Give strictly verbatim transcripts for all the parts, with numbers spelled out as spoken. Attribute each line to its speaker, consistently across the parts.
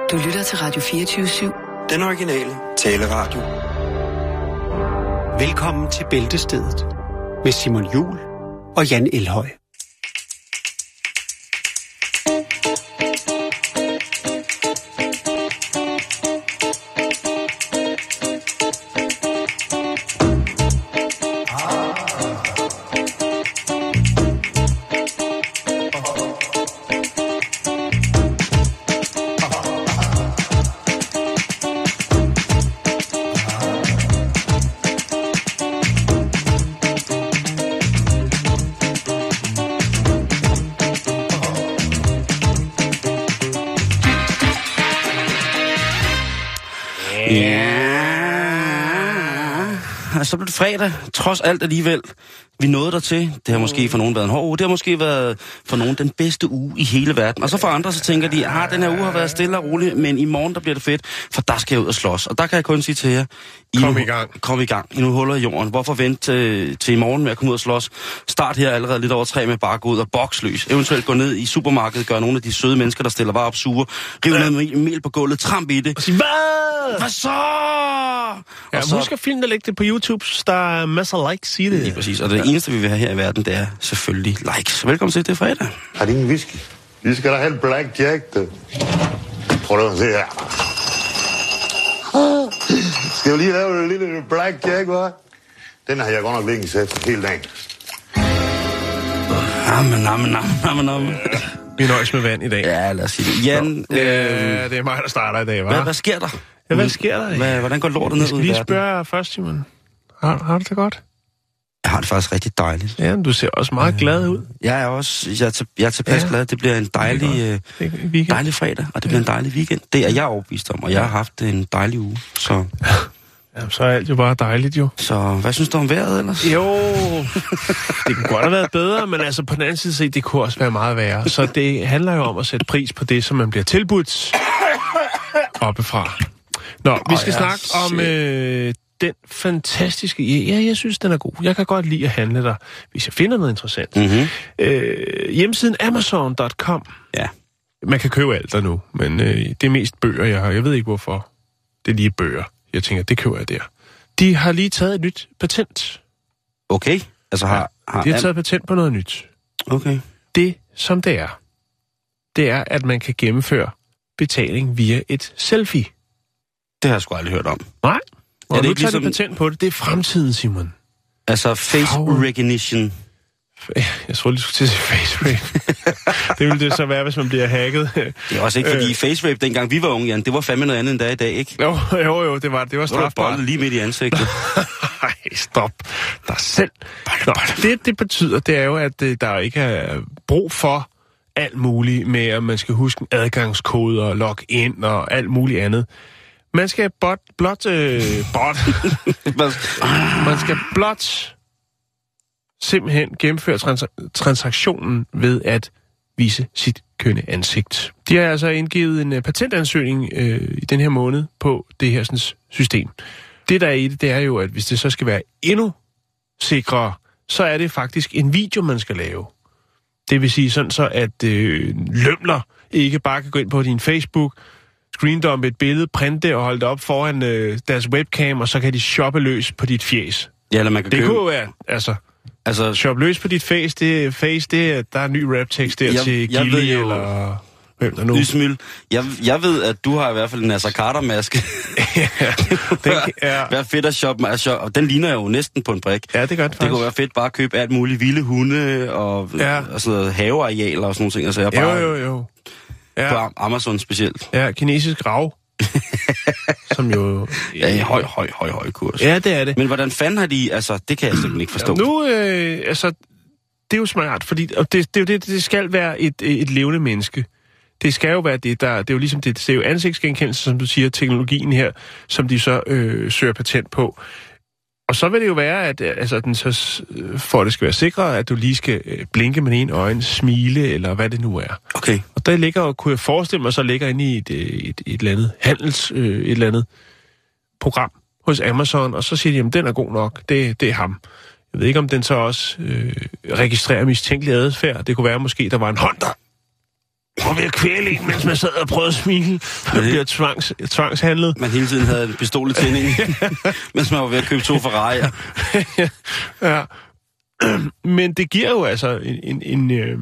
Speaker 1: Du lytter til Radio fireogtyve syv.
Speaker 2: Den originale taleradio.
Speaker 3: Velkommen til Bæltestedet med Simon Juhl og Jan Elhøj.
Speaker 4: Så blev det fredag, trods alt alligevel. Vi nåede der til. Det har måske for nogen været en hård uge. Det har måske været for nogen den bedste uge i hele verden. Og så for andre, så tænker de, at den her uge har været stille og rolig, men i morgen, der bliver det fedt, for der skal jeg ud og slås. Og der kan jeg kun sige til jer, I
Speaker 5: kom
Speaker 4: nu,
Speaker 5: i gang.
Speaker 4: Kom i gang. I nu huller i jorden. Hvorfor vente til, til i morgen med at komme ud og slås? Start her allerede lidt over tre med bare gå ud og boksløs. Eventuelt gå ned i supermarkedet, gøre nogle af de søde mennesker, der stiller varer op sure. Riv noget mel på gulvet, tramp i det.
Speaker 5: Og sig, hvad?
Speaker 4: Hvad så?
Speaker 5: Ja,
Speaker 4: og så...
Speaker 5: husk at filme og lægge det på YouTube, så der er masser af likes i det.
Speaker 4: Lige præcis, og det eneste, vi vil have her i verden, det er selvfølgelig likes. Velkommen til, det er fredag.
Speaker 6: Har de ingen whisky? Vi skal da have en Black Jack, da. Prøv at se her. Skal vi lige lave en lille Black Jack, hva'? Den har jeg godt nok længe sat hele dagen.
Speaker 4: Amen, amen, amen, amen.
Speaker 5: Vi nøjes med vand i dag.
Speaker 4: Ja, lad os sige det. Jan,
Speaker 5: øh, ja, det er mig, der starter i dag, hva'?
Speaker 4: Hvad, hvad sker der?
Speaker 5: Ja, hvad sker der?
Speaker 4: Hvad, hvordan går lortet ned ud i verden?
Speaker 5: Jeg skal lige spørge først, Simon. Har, har du det godt?
Speaker 4: Jeg har det faktisk rigtig dejligt.
Speaker 5: Ja, du ser også meget øh, glad ud.
Speaker 4: Jeg er også jeg er, til, jeg er tilpas ja. glad. Det bliver en dejlig, øh, dejlig fredag, og det bliver ja. en dejlig weekend. Det er jeg overbevist om, og jeg har haft en dejlig uge. Så,
Speaker 5: jamen, så er alt jo bare dejligt, jo.
Speaker 4: Så hvad synes du om vejret ellers?
Speaker 5: Jo, det kunne godt have været bedre, men altså på den anden side, så det kunne også være meget værre. Så det handler jo om at sætte pris på det, som man bliver tilbudt oppefra. Nå, vi skal oh, snakke om øh, den fantastiske... Ja, jeg synes, den er god. Jeg kan godt lide at handle der, hvis jeg finder noget interessant.
Speaker 4: Mm-hmm.
Speaker 5: Øh, hjemmesiden amazon punktum com.
Speaker 4: Ja.
Speaker 5: Man kan købe alt der nu, men øh, det er mest bøger, jeg har. Jeg ved ikke, hvorfor. Det er lige bøger. Jeg tænker, det køber jeg der. De har lige taget et nyt patent.
Speaker 4: Okay. Altså har... har
Speaker 5: de har taget patent på noget nyt.
Speaker 4: Okay.
Speaker 5: Det, som det er, det er, at man kan gennemføre betaling via et selfie.
Speaker 4: Det har jeg sgu aldrig hørt om.
Speaker 5: Nej. Og
Speaker 4: er det
Speaker 5: nu
Speaker 4: ikke
Speaker 5: tager
Speaker 4: ligesom...
Speaker 5: de patent på det. Det er fremtiden, Simon.
Speaker 4: Altså face Power. recognition.
Speaker 5: Jeg tror lige, du skulle til at sige face rape. Det ville det så være, hvis man bliver hacket.
Speaker 4: Det er også ikke, fordi øh... face rape, dengang vi var unge, Jan, det var fandme noget andet end der i dag, ikke?
Speaker 5: Jo, jo, jo, det var, det var strafbart.
Speaker 4: Du lige midt i ansigtet.
Speaker 5: Nej, stop dig selv. Nå, det, det betyder, det er jo, at øh, der ikke er brug for alt muligt med, at man skal huske adgangskoder og logge ind og alt muligt andet. Man skal blot... blot øh, bot. Man skal blot simpelthen gennemføre trans- transaktionen ved at vise sit kønne ansigt. De har altså indgivet en uh, patentansøgning øh, i den her måned på det her sådan, system. Det der er i det, det er jo, at hvis det så skal være endnu sikrere, så er det faktisk en video, man skal lave. Det vil sige sådan så, at øh, lømler ikke bare kan gå ind på din Facebook, screendumpe et billede, printe det og holde det op foran øh, deres webcam, og så kan de shoppe løs på dit fjes.
Speaker 4: Ja, eller man kan
Speaker 5: det
Speaker 4: købe...
Speaker 5: kunne jo være, altså... Altså, shoppe løs på dit face, det, face, det, der er en ny raptekst der jeg, til Gilly, jo... eller... Hvem der nu?
Speaker 4: Ysmyld. Jeg, jeg ved, at du har i hvert fald en Nasser Carter-maske.
Speaker 5: Ja, den kan ja.
Speaker 4: være fedt at shoppe, og den ligner jo næsten på en brik.
Speaker 5: Ja, det gør det faktisk.
Speaker 4: Det kunne være fedt bare at købe alt muligt vilde hunde og, ja. og sådan noget havearealer og sådan nogle ting. Altså, jeg bare,
Speaker 5: jo, jo, jo. Ja.
Speaker 4: På Amazon specielt.
Speaker 5: Ja, kinesisk rav. Som jo...
Speaker 4: Ja, i høj, høj, høj, høj kurs.
Speaker 5: Ja, det er det.
Speaker 4: Men hvordan fanden har de... Altså, det kan jeg simpelthen ikke forstå.
Speaker 5: Ja, nu, øh, altså... Det er jo smart, fordi og det, det, det, det skal være et, et levende menneske. Det skal jo være det, der... Det er jo ligesom det, det er jo ansigtsgenkendelse, som du siger, teknologien her, som de så øh, søger patent på. Og så vil det jo være, at altså, den så, for at det skal være sikret, at du lige skal blinke med en øjne, smile, eller hvad det nu er.
Speaker 4: Okay.
Speaker 5: Og der ligger, kunne jeg forestille mig, så ligger inde i et, et, et, et eller andet handels, øh, et eller andet program hos Amazon, og så siger de, at den er god nok, det, det er ham. Jeg ved ikke, om den så også øh, registrerer mistænkelig adfærd. Det kunne være måske, der var en hånd, der var ved at kvæle en, mens man sad og prøvede at smile. Man bliver tvangs, tvangshandlet.
Speaker 4: Man hele tiden havde en pistol i tændingen, mens man var ved at købe to Ferrari'er.
Speaker 5: Ja. Men det giver jo altså en, en, en, øh,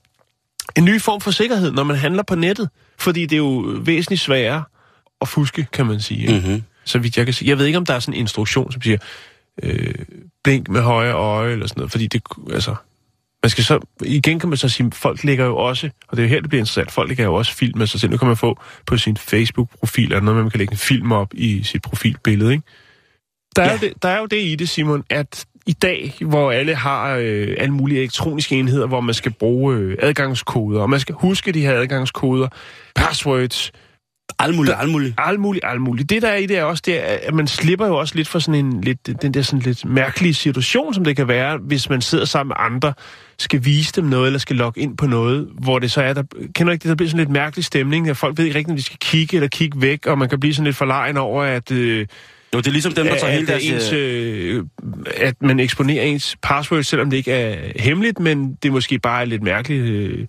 Speaker 5: en ny form for sikkerhed, når man handler på nettet. Fordi det er jo væsentligt sværere at fuske, kan man sige.
Speaker 4: Mm-hmm.
Speaker 5: Så vidt jeg kan sige. Jeg ved ikke, om der er sådan en instruktion, som siger, øh, blink med højre øje, eller sådan noget. Fordi det, altså... Man skal så, igen kan man så sige, folk lægger jo også, og det er jo her, det bliver interessant, folk lægger jo også film med sig selv. Nu kan man få på sin Facebook-profil, eller noget, man kan lægge en film op i sit profilbillede, ikke? Der er, ja. det, der er jo det i det, Simon, at i dag, hvor alle har øh, alle mulige elektroniske enheder, hvor man skal bruge øh, adgangskoder, og man skal huske de her adgangskoder, passwords,
Speaker 4: Alt muligt, alt muligt.
Speaker 5: Alt muligt, alt muligt. Det der er i det er også, det er, at man slipper jo også lidt for sådan en lidt, den der sådan lidt mærkelige situation, som det kan være, hvis man sidder sammen med andre, skal vise dem noget, eller skal logge ind på noget, hvor det så er, der kender ikke det, der bliver sådan lidt mærkelig stemning, at folk ved ikke rigtigt, om de skal kigge eller kigge væk, og man kan blive sådan lidt forlegen over, at... Øh,
Speaker 4: jo, det er ligesom dem, der tager hele deres...
Speaker 5: Ens, øh, at man eksponerer ens password, selvom det ikke er hemmeligt, men det måske bare er lidt mærkeligt... Øh,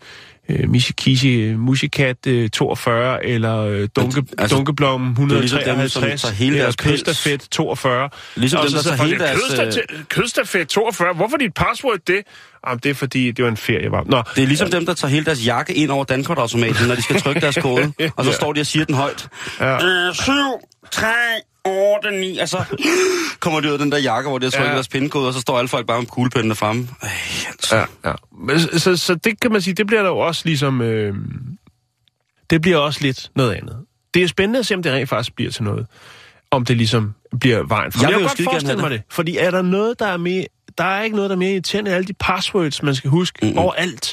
Speaker 5: Mishi Musikat øh, toogfyrre, eller øh, Dunke, altså, Dunkeblom et hundrede og treoghalvtreds, eller Kødstafet toogfyrre.
Speaker 4: Ligesom dem, der tager hele deres...
Speaker 5: Kødstafet toogfyrre, hvorfor dit password det? Jamen, det er fordi, det var en ferie, var. Nå.
Speaker 4: Det er ligesom dem, der tager hele deres jakke ind over dankortautomaten, når de skal trykke deres kode, og så ja. står de og siger den højt. Ja. syv, tre, otte, ni, altså kommer de ud af den der jakke, hvor de har trykket ja. deres pindkode, og så står alle folk bare med kuglepennene fremme. Ej, altså.
Speaker 5: Ja, ja. Men, så, så det kan man sige, det bliver der jo også ligesom, øh, det bliver også lidt noget andet. Det er spændende at se, om det rent faktisk bliver til noget. Om det ligesom bliver vejen frem.
Speaker 4: Jeg,
Speaker 5: jeg
Speaker 4: vil
Speaker 5: kan godt forestille mig det. Fordi er der noget, der er mere, der er ikke noget, der er mere irriterende, alle de passwords, man skal huske mm-hmm. overalt.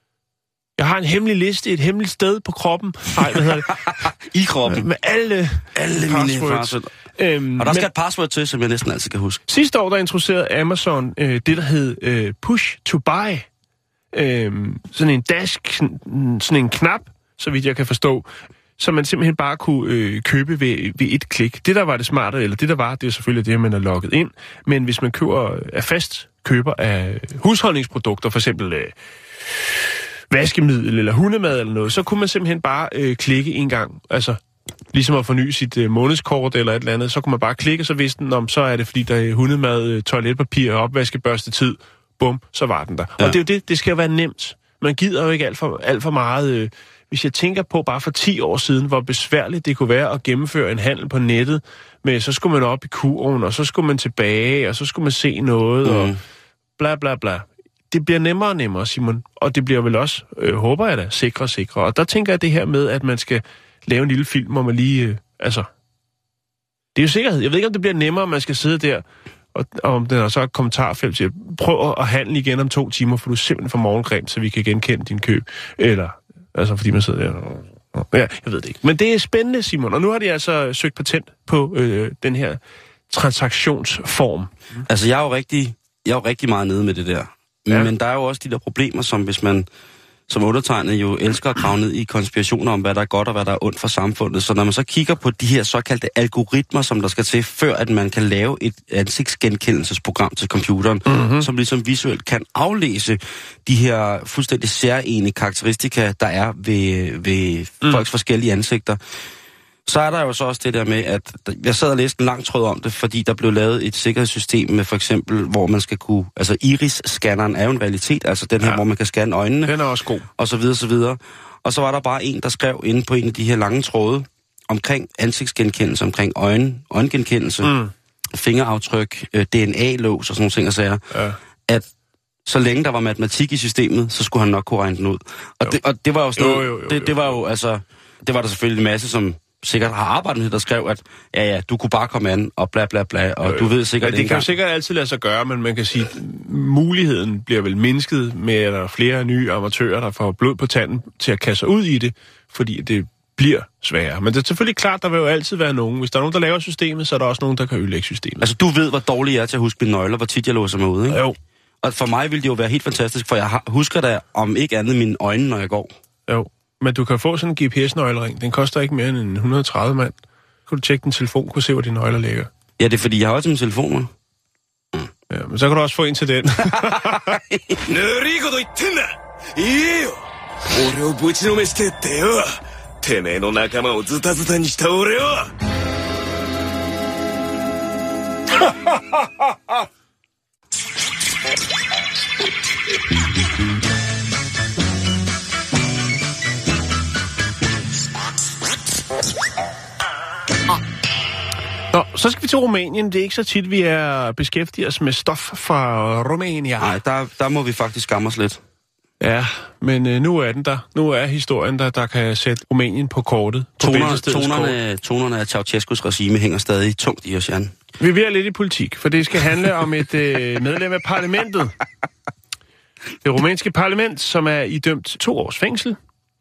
Speaker 5: Jeg har en hemmelig liste, et hemmeligt sted på kroppen. Nej, hvad hedder det?
Speaker 4: I kroppen.
Speaker 5: Med alle,
Speaker 4: alle mine passwords. Øhm, og der skal men, et password til, som jeg næsten altid kan huske.
Speaker 5: Sidste år, der introducerede Amazon øh, det, der hed øh, Push to Buy. Øh, sådan en dash, sådan en knap, så vidt jeg kan forstå, som man simpelthen bare kunne øh, købe ved, ved et klik. Det, der var det smarte, eller det, der var, det er selvfølgelig det, man er logget ind. Men hvis man køber, er fast køber af husholdningsprodukter, for eksempel... Øh, vaskemiddel eller hundemad eller noget, så kunne man simpelthen bare øh, klikke en gang. Altså, ligesom at forny sit øh, månedskort eller et eller andet, så kunne man bare klikke, så vidste den, om så er det, fordi der er hundemad, øh, toiletpapir og opvaskebørste tid. Bum, så var den der. Ja. Og det er jo det, det skal jo være nemt. Man gider jo ikke alt for, alt for meget. Øh, hvis jeg tænker på bare for ti år siden, hvor besværligt det kunne være at gennemføre en handel på nettet, men så skulle man op i kurven, og så skulle man tilbage, og så skulle man se noget, mm. og bla bla bla. Det bliver nemmere og nemmere, Simon. Og det bliver vel også, øh, håber jeg da, sikre og sikre. Og der tænker jeg det her med, at man skal lave en lille film, hvor man lige... Øh, altså... Det er jo sikkerhed. Jeg ved ikke, om det bliver nemmere, om man skal sidde der, og, og om den er så et kommentarfelt til, prøv at handle igen om to timer, for du er simpelthen for morgencreme, så vi kan genkende din køb. Eller, altså fordi man sidder der... Ja, jeg ved det ikke. Men det er spændende, Simon. Og nu har de altså søgt patent på øh, den her transaktionsform.
Speaker 4: Altså, jeg er jo rigtig, jeg er jo rigtig meget nede med det der. Ja. Men der er jo også de der problemer, som hvis man som undertegnet jo elsker at grave ned i konspirationer om, hvad der er godt og hvad der er ondt for samfundet. Så når man så kigger på de her såkaldte algoritmer, som der skal til, før at man kan lave et ansigtsgenkendelsesprogram til computeren, mm-hmm. som ligesom visuelt kan aflæse de her fuldstændig særlige karakteristika, der er ved, ved mm. folks forskellige ansigter, så er der jo så også det der med, at jeg sad og læste en lang tråd om det, fordi der blev lavet et sikkerhedssystem med for eksempel, hvor man skal kunne... Altså iris-scanneren er jo en realitet, altså den her, ja. hvor man kan scanne øjnene.
Speaker 5: Den er også god.
Speaker 4: Og så videre, så videre. Og så var der bare en, der skrev inde på en af de her lange tråde omkring ansigtsgenkendelse, omkring øjen, øjengenkendelse, mm. fingeraftryk, D N A-lås og sådan nogle ting, og sager, ja. at så længe der var matematik i systemet, så skulle han nok kunne regne den ud. Og, det, og det var jo sådan jo, jo, jo, jo. Det, det var jo, altså... Det var der selvfølgelig en masse, som... sikkert har arbejdet med, der skrev, at ja, ja, du kunne bare komme an, og bla bla bla, og øh, du ved sikkert
Speaker 5: ja, det kan jo sikkert altid lade sig gøre, men man kan sige, at muligheden bliver vel mindsket med, at der er flere nye amatører, der får blod på tanden til at kaste sig ud i det, fordi det bliver sværere. Men det er selvfølgelig klart, der vil jo altid være nogen. Hvis der er nogen, der laver systemet, så er der også nogen, der kan ødelægge systemet.
Speaker 4: Altså, du ved, hvor dårlig jeg er til at huske mine nøgler, hvor tit jeg låser mig ud, ikke?
Speaker 5: Jo.
Speaker 4: Og for mig ville det jo være helt fantastisk, for jeg husker da om ikke andet mine øjne, når jeg går.
Speaker 5: Jo. Men du kan få sådan en G P S-nøglering. Den koster ikke mere end en et hundrede og tredive mand. Kan du tjekke din telefon, kunne se, hvor dine nøgler ligger.
Speaker 4: Ja, det er fordi, jeg har også min telefon med.
Speaker 5: Mm. Ja, men så kan du også få en til den.
Speaker 7: 俺をぶちのめしてってよ。てめえの仲間をズタズタにした俺を。
Speaker 5: Nå, så skal vi til Rumænien. Det er ikke så tit, vi er beskæftiget os med stof fra Rumænien.
Speaker 4: Nej, der, der må vi faktisk skamme os lidt.
Speaker 5: Ja, men øh, nu er den der. Nu er historien der, der kan sætte Rumænien på kortet. På
Speaker 4: Toner, tonerne, tonerne af Ceausescus regime hænger stadig tungt i os, Jan.
Speaker 5: Vi vil lidt i politik, for det skal handle om et øh, medlem af parlamentet. Det rumænske parlament, som er idømt to års fængsel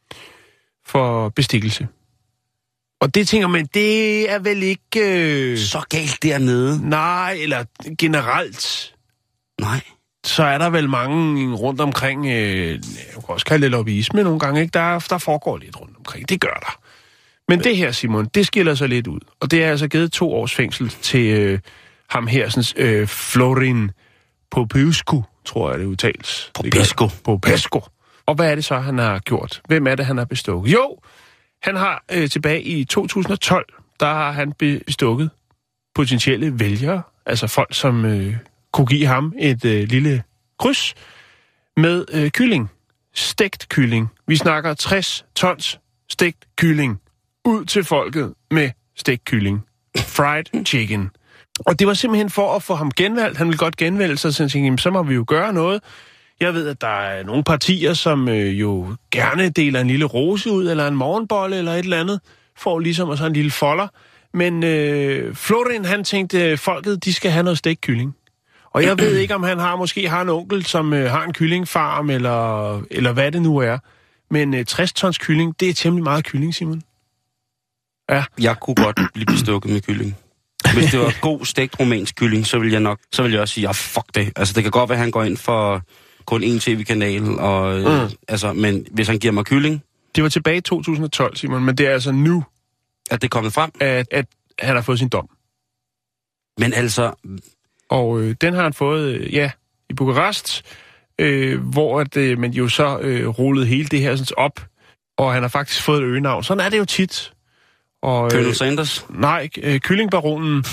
Speaker 5: for bestikkelse. Og det tænker man, det er vel ikke... Øh...
Speaker 4: Så galt dernede.
Speaker 5: Nej, eller generelt.
Speaker 4: Nej.
Speaker 5: Så er der vel mange rundt omkring, øh, jeg kan også kalde det lobbyisme nogle gange, ikke? Der, der foregår lidt rundt omkring. Det gør der. Men det her, Simon, det skiller sig lidt ud. Og det er altså givet to års fængsel til øh, ham her, sådan, øh, Florin Popescu, tror jeg det udtales.
Speaker 4: Popescu.
Speaker 5: Popescu. Og hvad er det så, han har gjort? Hvem er det, han har bestukket? Jo, han har øh, tilbage i to tusind og tolv, der har han bestukket potentielle vælgere, altså folk, som øh, kunne give ham et øh, lille kryds med øh, kylling. Stegt kylling. Vi snakker tres tons stegt kylling ud til folket med stegt kylling. Fried chicken. Og det var simpelthen for at få ham genvalgt. Han ville godt genvælge sig, så jeg tænkte, så må vi jo gøre noget. Jeg ved, at der er nogle partier, som øh, jo gerne deler en lille rose ud, eller en morgenbolle, eller et eller andet, for ligesom og så en lille folder. Men øh, Florin, han tænkte, folket, de skal have noget stegt kylling. Og jeg ved ikke, om han har måske har en onkel, som øh, har en kyllingfarm, eller, eller hvad det nu er. Men øh, tres tons kylling, det er temmelig meget kylling, Simon. Ja.
Speaker 4: Jeg kunne godt blive bestukket med kylling. Hvis det var god stegt rumænsk kylling, så ville jeg nok, så ville jeg også sige, ja, fuck det. Altså, det kan godt være, at han går ind for kun én tv-kanal, og, mm. øh, altså, men hvis han giver mig kylling...
Speaker 5: Det var tilbage i to tusind og tolv, Simon, men det er altså nu...
Speaker 4: At det er kommet frem?
Speaker 5: At, at han har fået sin dom.
Speaker 4: Men altså...
Speaker 5: Og øh, den har han fået, øh, ja, i Bukarest, øh, hvor at, øh, man jo så øh, rullede hele det her sådan, op, og han har faktisk fået et øgenavn. Sådan er det jo tit. Og,
Speaker 4: Colonel øh, Sanders?
Speaker 5: Nej, øh, kyllingbaronen.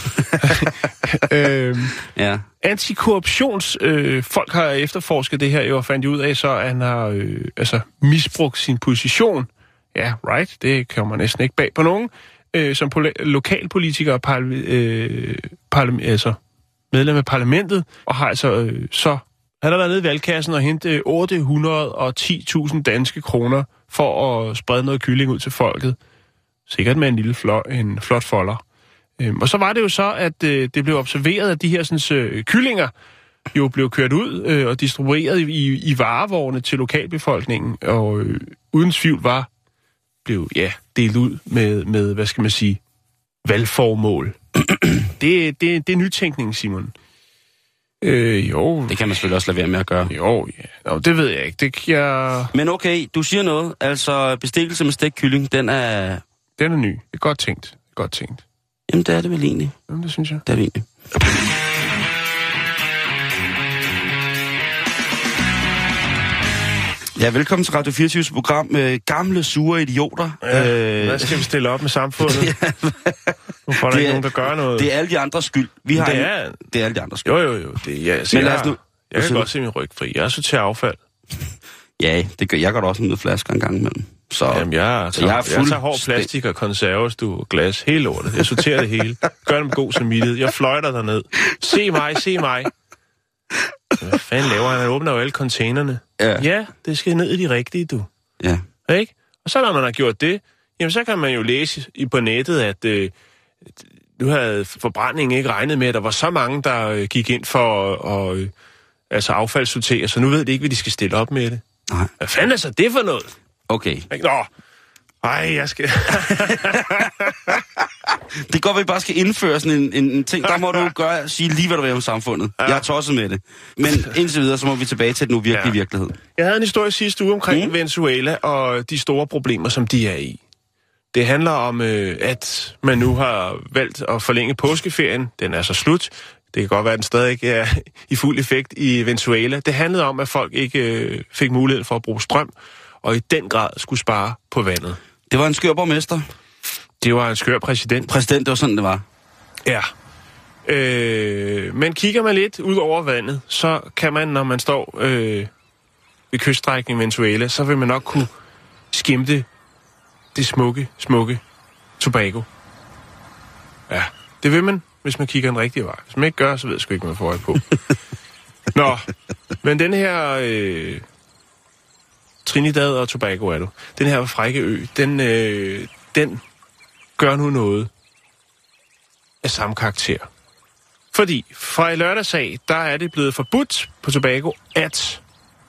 Speaker 5: øh,
Speaker 4: ja.
Speaker 5: Antikorruptions... Øh, folk har efterforsket det her jo, og fandt ud af så, at han har øh, altså, misbrugt sin position. Ja, right, det kan man næsten ikke bag på nogen. Øh, som pol- lokalpolitiker og parla- øh, parla- altså, medlem af parlamentet, og har altså øh, så... Han har været nede i valgkassen og hentet otte hundrede og ti tusind danske kroner for at sprede noget kylling ud til folket. Sikkert med en lille flot, en flot folder. Øhm, og så var det jo så, at øh, det blev observeret, at de her sådan, øh, kyllinger jo blev kørt ud øh, og distribueret i, i varevogne til lokalbefolkningen, og øh, uden tvivl var blev ja, delt ud med, med, hvad skal man sige, valgformål. det, det, det er nytænkning, Simon. Øh, jo.
Speaker 4: Det kan man selvfølgelig også lade være med at gøre.
Speaker 5: Jo, ja. Nå, det ved jeg ikke. Det kan jeg...
Speaker 4: Men okay, du siger noget. Altså, bestikkelse med stegt kylling, den er...
Speaker 5: Den er ny. Det er godt tænkt. Det er godt tænkt.
Speaker 4: Jamen, det er det vel egentlig.
Speaker 5: Jamen, det synes jeg.
Speaker 4: Det er det egentlig. Ja, velkommen til Radio fireogtyve's program med gamle, sure idioter.
Speaker 5: Ja, øh... Hvad skal vi stille op med samfundet? ja, nu får der ikke nogen, der gør noget.
Speaker 4: Det er alle de andres skyld. Vi har
Speaker 5: det, er...
Speaker 4: en... det er alle de andres skyld.
Speaker 5: Jo, jo, jo. Det, ja, altså, Men lad os nu... Jeg kan godt se min ryg fri. Jeg er så til affald.
Speaker 4: Ja, det gør, jeg gør da også ned flasker en gang imellem. Så,
Speaker 5: Jamen, jeg, så jeg, er fuld... jeg tager hård plastik og konserves, du, glas, hele lortet. Jeg sorterer det hele. Gør det med god samvittighed. Jeg fløjter derned. Se mig, se mig. Hvad fanden laver han? Han åbner jo alle containerne.
Speaker 4: Ja.
Speaker 5: ja, det skal ned i de rigtige, du.
Speaker 4: Ja.
Speaker 5: Ikke? Og så når man har gjort det, jamen så kan man jo læse i på nettet, at øh, nu havde forbrændingen ikke regnet med, at der var så mange, der øh, gik ind for at øh, altså affaldssortere, så nu ved de ikke, hvad de skal stille op med det.
Speaker 4: Nej.
Speaker 5: Hvad fanden er så det for noget?
Speaker 4: Okay.
Speaker 5: Nå, ej, jeg skal...
Speaker 4: Det går, at vi bare skal indføre sådan en, en, en ting. Der må du gøre, sige lige, hvad du vil om samfundet. Ja. Jeg er tosset med det. Men indtil videre, så må vi tilbage til den uvirkelige ja. virkelighed.
Speaker 5: Jeg havde en historie sidste uge omkring mm. Venezuela og de store problemer, som de er i. Det handler om, øh, at man nu har valgt at forlænge påskeferien. Den er så slut. Det kan godt være, at den stadig ikke er i fuld effekt i Venezuela. Det handlede om, at folk ikke øh, fik mulighed for at bruge strøm. og i den grad skulle spare på vandet.
Speaker 4: Det var en skør borgmester.
Speaker 5: Det var en skør præsident.
Speaker 4: Præsident, det var sådan, det var.
Speaker 5: Ja. Øh, men kigger man lidt ud over vandet, så kan man, når man står øh, ved kyststrækningen Venezuela, så vil man nok kunne skimte det smukke, smukke Tobago. Ja, det vil man, hvis man kigger den rigtige vej. Hvis man ikke gør, så ved jeg sgu ikke, hvad man får øje på. Nå, men den her øh, Trinidad og Tobago er du. Den her frække ø, den, øh, den gør nu noget af samme karakter. Fordi fra i lørdagsag, der er det blevet forbudt på Tobago at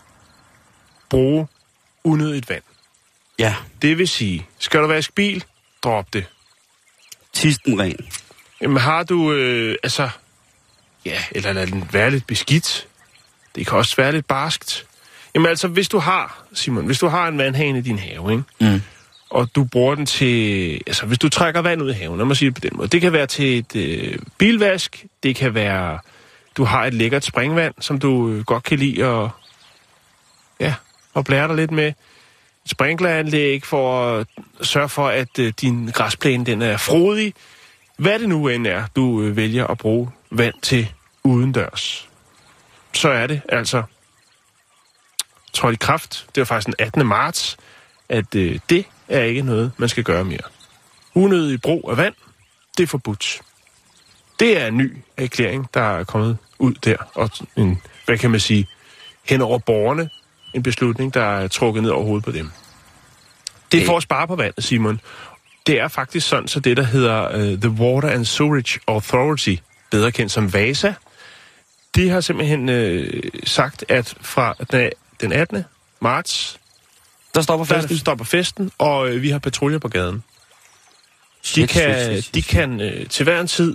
Speaker 5: bruge unødigt vand.
Speaker 4: Ja.
Speaker 5: Det vil sige, skal du vaske bil, drop det.
Speaker 4: Tisten ren.
Speaker 5: Jamen har du, øh, altså, ja, eller lad den være lidt beskidt. Det kan også være lidt barskt. Jamen altså, hvis du har, Simon, hvis du har en vandhane i din have, ikke?
Speaker 4: Mm.
Speaker 5: Og du bruger den til, altså hvis du trækker vand ud af haven, lad mig sige det på den måde. Det kan være til et øh, bilvask, det kan være, du har et lækkert springvand, som du øh, godt kan lide at, ja, at blære dig lidt med. Et sprinkleranlæg for at sørge for, at øh, din græsplæne, den er frodig. Hvad det nu end er, du øh, vælger at bruge vand til udendørs. Så er det altså trådt i kraft. Det var faktisk den attende marts, at øh, det er ikke noget, man skal gøre mere. Unødig brug af vand, det er forbudt. Det er en ny erklæring, der er kommet ud der, og en, hvad kan man sige, hen over borgerne, en beslutning, der er trukket ned over hovedet på dem. Det er for at spare på vandet, Simon. Det er faktisk sådan, så det, der hedder uh, The Water and Sewerage Authority, bedre kendt som VASA, de har simpelthen øh, sagt, at fra den attende marts,
Speaker 4: Der stopper festen.
Speaker 5: Der stopper festen, og øh, vi har patruljer på gaden. De
Speaker 4: Shit,
Speaker 5: kan,
Speaker 4: shit, shit, shit.
Speaker 5: de kan øh, til hver en tid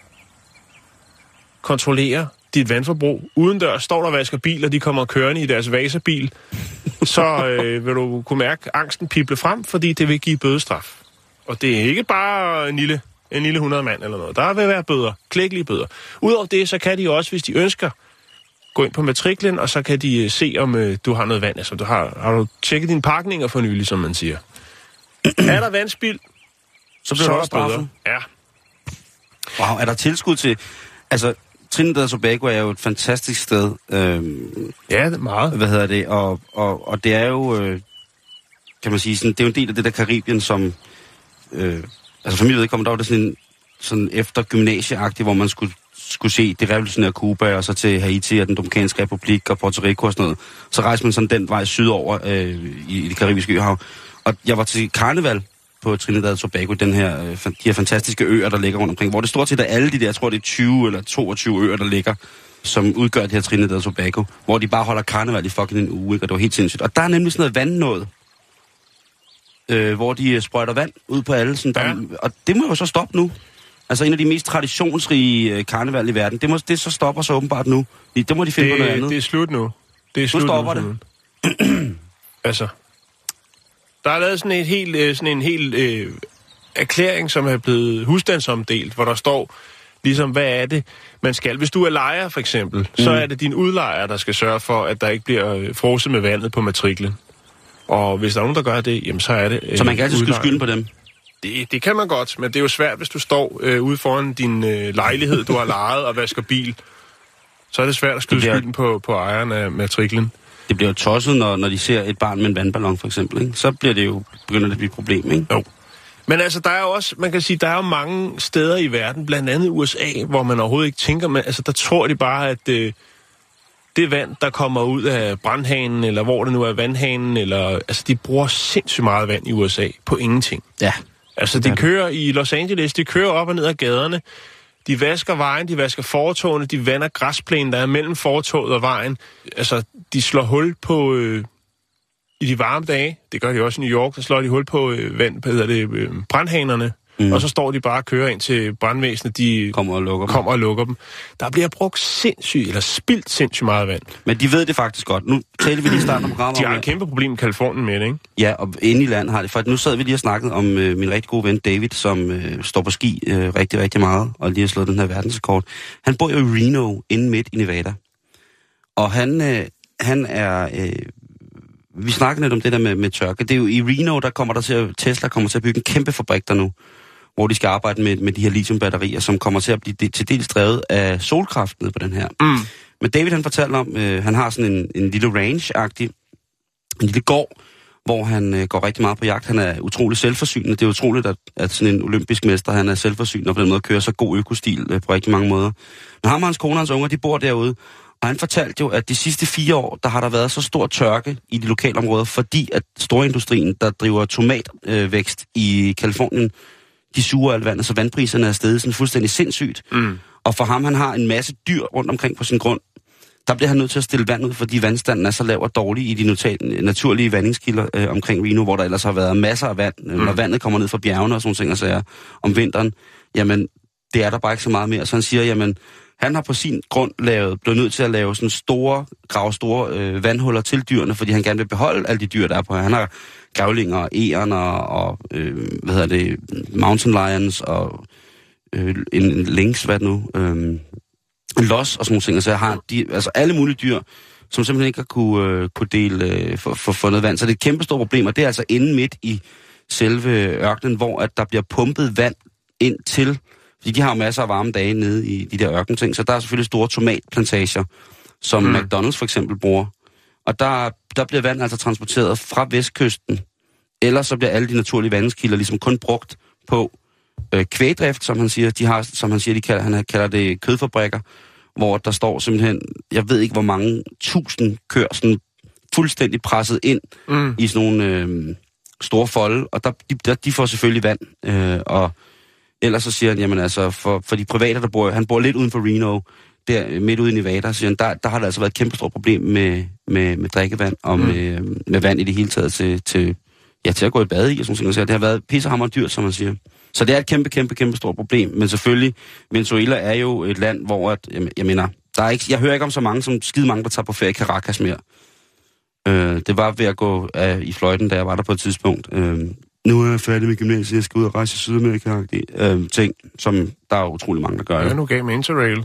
Speaker 5: kontrollere dit vandforbrug. Udendørs står der og vasker biler, de kommer kørende i deres vaserbil, så øh, vil du kunne mærke angsten pible frem, fordi det vil give bødestraf. Og det er ikke bare en lille, en lille hundrede mand eller noget. Der vil være bøder, klækkelige bøder. Udover det, så kan de også, hvis de ønsker, gå ind på matriklen, og så kan de uh, se, om uh, du har noget vand. Altså, du har, har du tjekket dine pakninger for nylig, som man siger. Er der vandspild,
Speaker 4: Så bliver
Speaker 5: så
Speaker 4: der
Speaker 5: er
Speaker 4: også
Speaker 5: der bøder.
Speaker 4: straffen.
Speaker 5: Ja.
Speaker 4: Wow, er der tilskud til... Altså, Trinidad og Tobago er jo et fantastisk sted. Øhm,
Speaker 5: Ja, det er meget.
Speaker 4: hvad hedder det? Og, og, og det er jo... Øh, kan man sige, sådan, det er jo en del af det der Karibien, som... Øh, altså, for mit vedkommende, der var det sådan en... Sådan efter gymnasieagtigt, hvor man skulle, skulle se det revolutionære Cuba, og så til Haiti og den Dominikanske Republik og Puerto Rico og sådan noget. Så rejste man sådan den vej sydover øh, i, i det karibiske øhav. Og jeg var til karneval på Trinidad og Tobago, den her, øh, de her fantastiske øer, der ligger rundt omkring, hvor det stort set er alle de der, jeg tror det er tyve eller toogtyve øer, der ligger, som udgør det her Trinidad og Tobago, hvor de bare holder karneval i fucking en uge, ikke? Og det var helt sindssygt. Og der er nemlig sådan noget vandnåd, øh, hvor de sprøjter vand ud på alle, sådan der, ja. Og det må jo så stoppe nu. Altså en af de mest traditionsrige øh, karneval i verden. Det, må, det så stopper så åbenbart nu. Det må de finde
Speaker 5: det,
Speaker 4: på noget andet.
Speaker 5: Det er slut nu. Det er
Speaker 4: Nu
Speaker 5: slut
Speaker 4: stopper
Speaker 5: nu,
Speaker 4: det.
Speaker 5: Altså, der er lavet sådan en helt, øh, sådan en helt øh, erklæring, som er blevet husstandsomdelt, hvor der står ligesom, hvad er det, man skal. Hvis du er lejer, for eksempel, mm. så er det din udlejer, der skal sørge for, at der ikke bliver øh, frosset med vandet på matriklen. Og hvis der er nogen, der gør det, jamen så er det øh,
Speaker 4: Så man kan altid skyde
Speaker 5: udlejeren.
Speaker 4: skylden på dem?
Speaker 5: Det, det kan man godt, men det er jo svært, hvis du står øh, ude foran din øh, lejlighed, du har lejet og vasker bil. Så er det svært at skyde
Speaker 4: bliver...
Speaker 5: skylden på, på ejeren af matriklen.
Speaker 4: Det bliver jo tosset, når, når de ser et barn med en vandballon, for eksempel. Ikke? Så bliver det jo, begynder det at blive et problem, ikke?
Speaker 5: Jo. Men altså, der er jo også, man kan sige, der er jo mange steder i verden, blandt andet U S A, hvor man overhovedet ikke tænker, men altså, der tror de bare, at øh, det vand, der kommer ud af brandhanen, eller hvor det nu er vandhanen, eller, altså, de bruger sindssygt meget vand i U S A på ingenting.
Speaker 4: Ja.
Speaker 5: Altså, de kører i Los Angeles, de kører op og ned ad gaderne, de vasker vejen, de vasker fortogene, de vander græsplænen, der er mellem fortoget og vejen. Altså, de slår hul på, øh, i de varme dage, det gør de også i New York, der slår de hul på øh, vand, hvad hedder det, øh, brandhanerne, mm. og så står de bare og kører ind til brandvæsenet, de
Speaker 4: kommer og lukker dem.
Speaker 5: kommer og lukker dem. Der bliver brugt sindssygt, eller spildt sindssygt meget vand.
Speaker 4: Men de ved det faktisk godt. Nu taler vi lige i starten af programmet.
Speaker 5: De har et kæmpe problem i Kalifornien med det, ikke?
Speaker 4: Ja, og inde i land har det. For nu sad vi lige og snakkede om øh, min rigtig gode ven David, som øh, står på ski øh, rigtig, rigtig meget, og lige har slået den her verdensrekord. Han bor jo i Reno, inde midt i Nevada. Og han, øh, han er, øh, vi snakker lidt om det der med, med tørke. Det er jo i Reno, der kommer der til at, Tesla kommer til at bygge en kæmpe fabrik der nu, hvor de skal arbejde med, med de her lithiumbatterier, som kommer til at blive de, til dels drevet af solkraft nede på den her. Mm. Men David han fortalte om, øh, han har sådan en, en lille range-agtig, en lille gård, hvor han øh, går rigtig meget på jagt. Han er utrolig selvforsynende. Det er utroligt, at, at sådan en olympisk mester, han er selvforsynende og på den måde kører så god økostil øh, på rigtig mange måder. Men ham og hans kone og hans unger, de bor derude, og han fortalte jo, at de sidste fire år, der har der været så stor tørke i de lokale områder, fordi at storindustrien, der driver tomatvækst øh, i Kalifornien, de suger alt vandet, så vandpriserne er steget sådan fuldstændig sindssygt. Mm. Og for ham, han har en masse dyr rundt omkring på sin grund, der bliver han nødt til at stille vand ud, fordi vandstanden er så lav og dårlig i de nota- naturlige vandingskilder øh, omkring Reno, hvor der ellers har været masser af vand. Mm. Når vandet kommer ned fra bjergene og sådan ting og sager om vinteren, jamen, det er der bare ikke så meget mere. Så han siger, jamen, han har på sin grund lavet, blevet nødt til at lave sådan store, grave store øh, vandhuller til dyrene, fordi han gerne vil beholde alle de dyr, der er på. Han har grævlinger, egerne og, øh, hvad hedder det, mountain lions og øh, en, en lynx, hvad det nu, øh, los og sådan nogle ting. Så jeg har de, altså alle mulige dyr, som simpelthen ikke har kunne, øh, kunne dele øh, for, for, for noget vand. Så det er et kæmpe stort problem, og det er altså inde midt i selve ørkenen, hvor at der bliver pumpet vand ind til, fordi de har jo masser af varme dage nede i de der ørkenting, så der er selvfølgelig store tomatplantager, som mm. McDonald's for eksempel bruger. Og der, der bliver vand altså transporteret fra vestkysten, ellers så bliver alle de naturlige vandskilder ligesom kun brugt på øh, kvægdrift, som han siger. De har, som han siger, de kalder, han kalder det kødfabrikker, hvor der står simpelthen, jeg ved ikke hvor mange tusind køer, sådan fuldstændig presset ind mm. i sådan nogle øh, store folde, og der, de, der, de får selvfølgelig vand, øh, og ellers så siger han, jamen altså, for, for de private, der bor, han bor lidt uden for Reno, der midt ude i Nevada, siger han, der, der har der altså været et kæmpe stort problem med, med, med drikkevand og mm. med, med vand i det hele taget til, til, ja, til at gå i bad i og sådan noget. Det har været pissehammer dyrt, som man siger. Så det er et kæmpe, kæmpe, kæmpe stort problem. Men selvfølgelig, Venezuela er jo et land, hvor, at, jeg, jeg mener, der er ikke, jeg hører ikke om så mange, som skide mange, der tager på ferie i Caracas mere. Øh, det var ved at gå af, i fløjten, da jeg var der på et tidspunkt. Øh, nu er jeg færdig med gymnasiet, jeg skal ud og rejse i Sydamerika. Øh, ting, som der er utrolig mange, der gør.
Speaker 5: Hvad er nu gav med Interrail?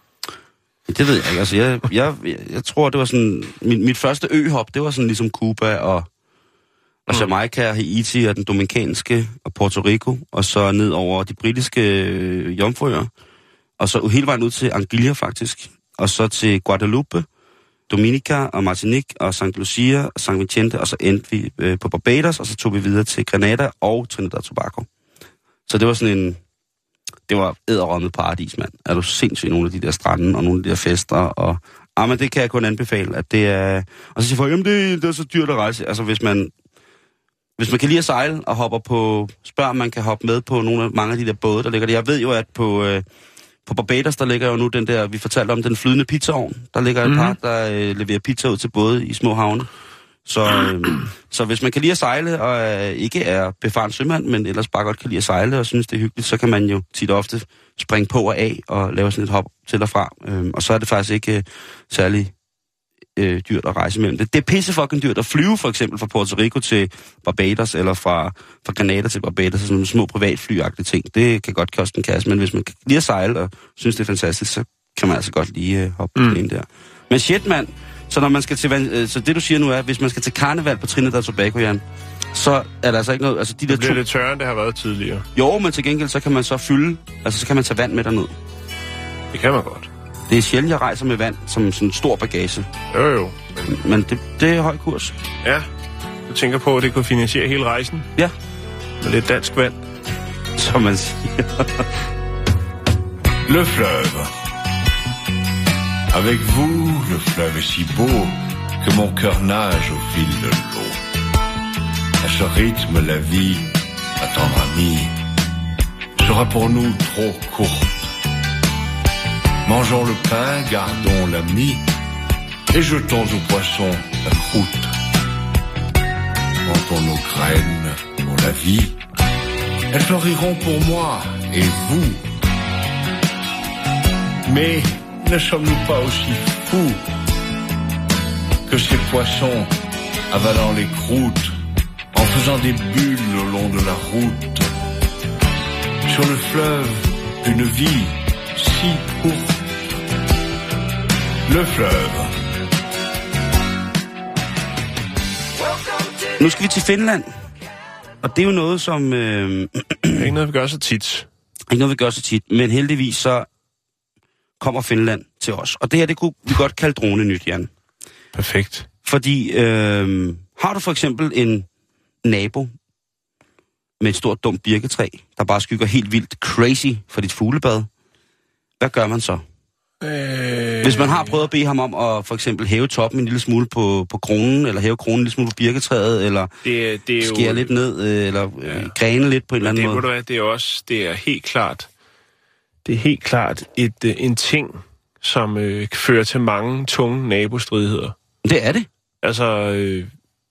Speaker 4: Det ved jeg ikke. Altså, jeg, jeg, jeg, jeg tror, det var sådan... Mit, mit første øhop, det var sådan ligesom Cuba og, og Jamaica og Haiti og den dominikanske og Puerto Rico, og så ned over de britiske øh, jomfruøer, og så hele vejen ud til Anguilla faktisk, og så til Guadeloupe, Dominica og Martinique og Saint Lucia og Saint Vicente, og så endte vi øh, på Barbados, og så tog vi videre til Grenada og Trinidad og Tobago. Så det var sådan en... Det var edderrømmet paradis, mand. Er du sindssygt nogle af de der strande og nogle af de der fester, og... Ah, men det kan jeg kun anbefale, at det er... Og så siger folk, jamen det, det er så dyrt at rejse. Altså, hvis man... Hvis man kan lide at sejle og hopper på... Spørg, om man kan hoppe med på nogle af, mange af de der både, der ligger der. Jeg ved jo, at på... Øh, På Barbados, der ligger jo nu den der, vi fortalte om, den flydende pizzaovn. Der ligger et mm-hmm. par, der øh, leverer pizza ud til både i små havne. Så, øh, så hvis man kan lide at sejle, og øh, ikke er befaren sømand, men ellers bare godt kan lide at sejle, og synes, det er hyggeligt, så kan man jo tit og ofte springe på og af, og lave sådan et hop til og fra. Øh, og så er det faktisk ikke øh, særlig øh, dyrt at rejse mellem det. Det er pisse fucking dyrt at flyve, for eksempel fra Puerto Rico til Barbados, eller fra, fra Grenada til Barbados, sådan nogle små privatflyagtige ting. Det kan godt koste en kasse, men hvis man kan lide at sejle, og synes, det er fantastisk, så kan man altså godt lige øh, hoppe på mm. den der. Men shit, mand, så når man skal til, øh, så det du siger nu er, hvis man skal til karneval på Trinidad og Tobago, Jan, så er der altså ikke noget, altså de der
Speaker 5: det bliver
Speaker 4: to...
Speaker 5: lidt tørre, end det har været tidligere.
Speaker 4: Jo, men til gengæld, så kan man så fylde, altså så kan man tage vand med derned.
Speaker 5: Det kan man godt.
Speaker 4: Det er sjældent, jeg rejser med vand som sådan en stor bagage.
Speaker 5: Jo, jo.
Speaker 4: Men, men det, det er høj kurs.
Speaker 5: Ja, du tænker på, at det kunne finansiere hele rejsen?
Speaker 4: Ja.
Speaker 5: Med lidt dansk vand.
Speaker 4: Som man siger.
Speaker 8: Le fleuve. Avec vous, le fleuve est si beau que mon cœur nage au fil de l'eau. À ce rythme, la vie, ma tendre amie, sera pour nous trop courte. Mangeons le pain, gardons la mie, et jetons aux poissons la croûte. Plantons nos graines pour la vie, elles fleuriront pour moi et vous. Mais ne sommes-nous pas aussi fous que ces poissons avalant les croûtes, en faisant des bulles au long de la route? Sur le fleuve, une vie si courte. Le fleuve.
Speaker 4: Nu skal vi til Finland. Og det er jo noget, som... Øh,
Speaker 5: det er ikke noget, vi gør så tit.
Speaker 4: Ikke noget, vi gør så tit. Men heldigvis så kommer Finland til os. Og det her, det kunne vi godt kalde dronenyt, Jan.
Speaker 5: Perfekt.
Speaker 4: Fordi øh, har du for eksempel en nabo med et stort dumt birketræ, der bare skygger helt vildt crazy for dit fuglebad, hvad gør man så? Øh... Hvis man har prøvet at bede ham om at for eksempel hæve toppen en lille smule på, på kronen, eller hæve kronen en lille smule på birketræet, eller
Speaker 5: det, det er
Speaker 4: skære
Speaker 5: jo...
Speaker 4: lidt ned, eller ja. grene lidt på en eller anden
Speaker 5: det,
Speaker 4: måde.
Speaker 5: Det, det er også, det er helt klart, det er helt klart et, en ting, som øh, fører til mange tunge nabostridigheder.
Speaker 4: Det er det.
Speaker 5: Altså, øh,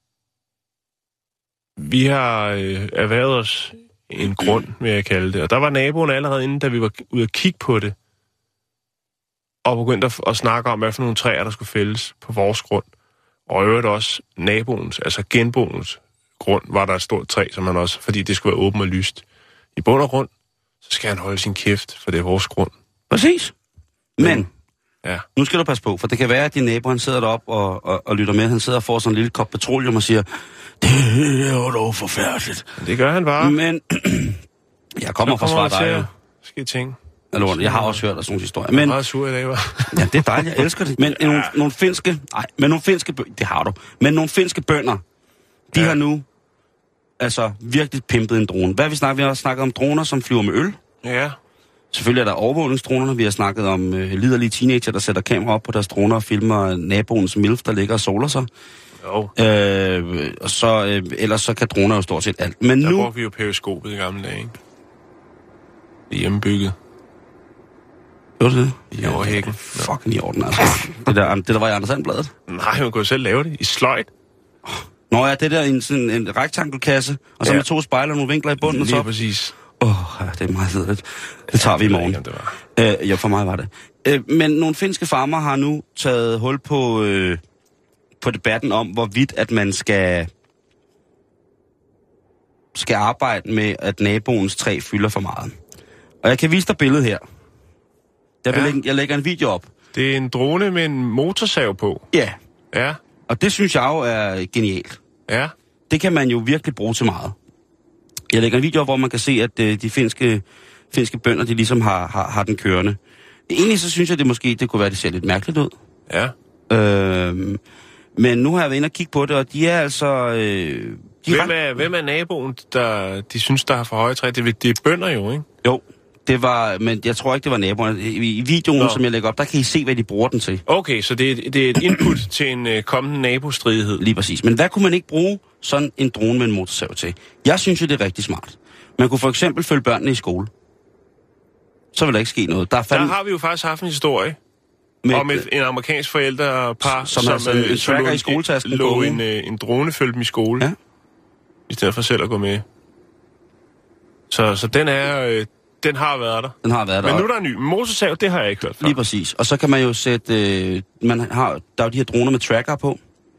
Speaker 5: vi har øh, erhvervet os en grund, vil jeg kalde det, og der var naboen allerede inden, da vi var ude at kigge på det, og begyndte at, at snakke om, hvad for nogle træer, der skulle fældes på vores grund. Og i øvrigt også naboens, altså genboens grund, var der et stort træ, som han også, fordi det skulle være åbent og lyst. I bund og grund, så skal han holde sin kæft, for det er vores grund.
Speaker 4: Præcis. Men,
Speaker 5: ja.
Speaker 4: Nu skal du passe på, for det kan være, at din nabo, han sidder deroppe og, og, og lytter med. Han sidder og får sådan en lille kop petroleum og siger, det er jo dog forfærdeligt.
Speaker 5: Det gør han bare.
Speaker 4: Men, jeg kommer fra svar dig jo.
Speaker 5: Skal tænke.
Speaker 4: Eller, jeg har også hørt af sådan nogle historier. Men,
Speaker 5: jeg er meget sur i dag, var.
Speaker 4: Ja, det er dejligt, jeg elsker det. Men ja. nogle, nogle finske, nej, men nogle finske bønder, det har du, men nogle finske bønder, de ja. har nu, altså, virkelig pimpet en drone. Hvad har vi snakket? Vi har snakket om droner, som flyver med øl.
Speaker 5: Ja.
Speaker 4: Selvfølgelig er der overvågningsdronerne. Vi har snakket om øh, liderlige teenager, der sætter kamera op på deres droner og filmer naboens milf, der ligger og soler sig.
Speaker 5: Jo.
Speaker 4: Øh, og så, øh, ellers så kan droner jo stort set alt. Men
Speaker 5: der
Speaker 4: nu...
Speaker 5: brugte vi jo periskopet i gamle dage, ikke? Det er hjemmebygget.
Speaker 4: Gjorde det?
Speaker 5: I overhækken.
Speaker 4: Fucking i orden, altså. det, der, det der var i Anders Sandbladet.
Speaker 5: Nej, man kunne jo selv lave det. I sløjt.
Speaker 4: Nå ja, det der en, sådan en rektangelkasse, og så ja. med to spejler og nogle vinkler i bunden.
Speaker 5: Lige
Speaker 4: og så...
Speaker 5: præcis.
Speaker 4: Åh, oh, ja, det er meget ledigt. Det tager vi i morgen.
Speaker 5: Ikke, det var.
Speaker 4: Øh, ja, for mig var det. Øh, men nogle finske farmer har nu taget hul på, øh, på debatten om, hvorvidt at man skal, skal arbejde med, at naboens træ fylder for meget. Og jeg kan vise dig billedet her. Jeg, vil ja. lægge, jeg lægger en video op.
Speaker 5: Det er en drone med en motorsav på.
Speaker 4: Ja.
Speaker 5: Ja.
Speaker 4: Og det synes jeg jo er genialt.
Speaker 5: Ja.
Speaker 4: Det kan man jo virkelig bruge til meget. Jeg lægger en video op, hvor man kan se, at øh, de finske, finske bønder, de ligesom har, har, har den kørende. Egentlig så synes jeg, det måske det kunne være, det ser lidt mærkeligt ud.
Speaker 5: Ja.
Speaker 4: Øhm, men nu har jeg været inde og kigge på det, og de er altså... Øh, de
Speaker 5: hvem, er, hvem er naboen, der de synes, der har for høje træ? Det, det er bønder jo, ikke?
Speaker 4: Jo, det var... Men jeg tror ikke, det var naboerne. I, i videoen, Nå. som jeg lægger op, der kan I se, hvad de bruger den til.
Speaker 5: Okay, så det er, det er et input til en uh, kommende nabostridighed.
Speaker 4: Lige præcis. Men hvad kunne man ikke bruge sådan en drone med en motorsav til? Jeg synes jo, det er rigtig smart. Man kunne for eksempel følge børnene i skole. Så vil der ikke ske noget. Der, fandme...
Speaker 5: der har vi jo faktisk haft en historie med om et, en amerikansk forældrepar,
Speaker 4: som, som altså en, en tracker i skoletasken
Speaker 5: lå en, en drone følge dem i skole, ja. i stedet for selv at gå med. Så, så den er... Øh, den har været der.
Speaker 4: Den har været der.
Speaker 5: Men nu er der en ny. Motorsav, det har jeg ikke hørt før.
Speaker 4: Lige præcis. Og så kan man jo sætte... Øh, man har, der er jo de her droner med tracker på,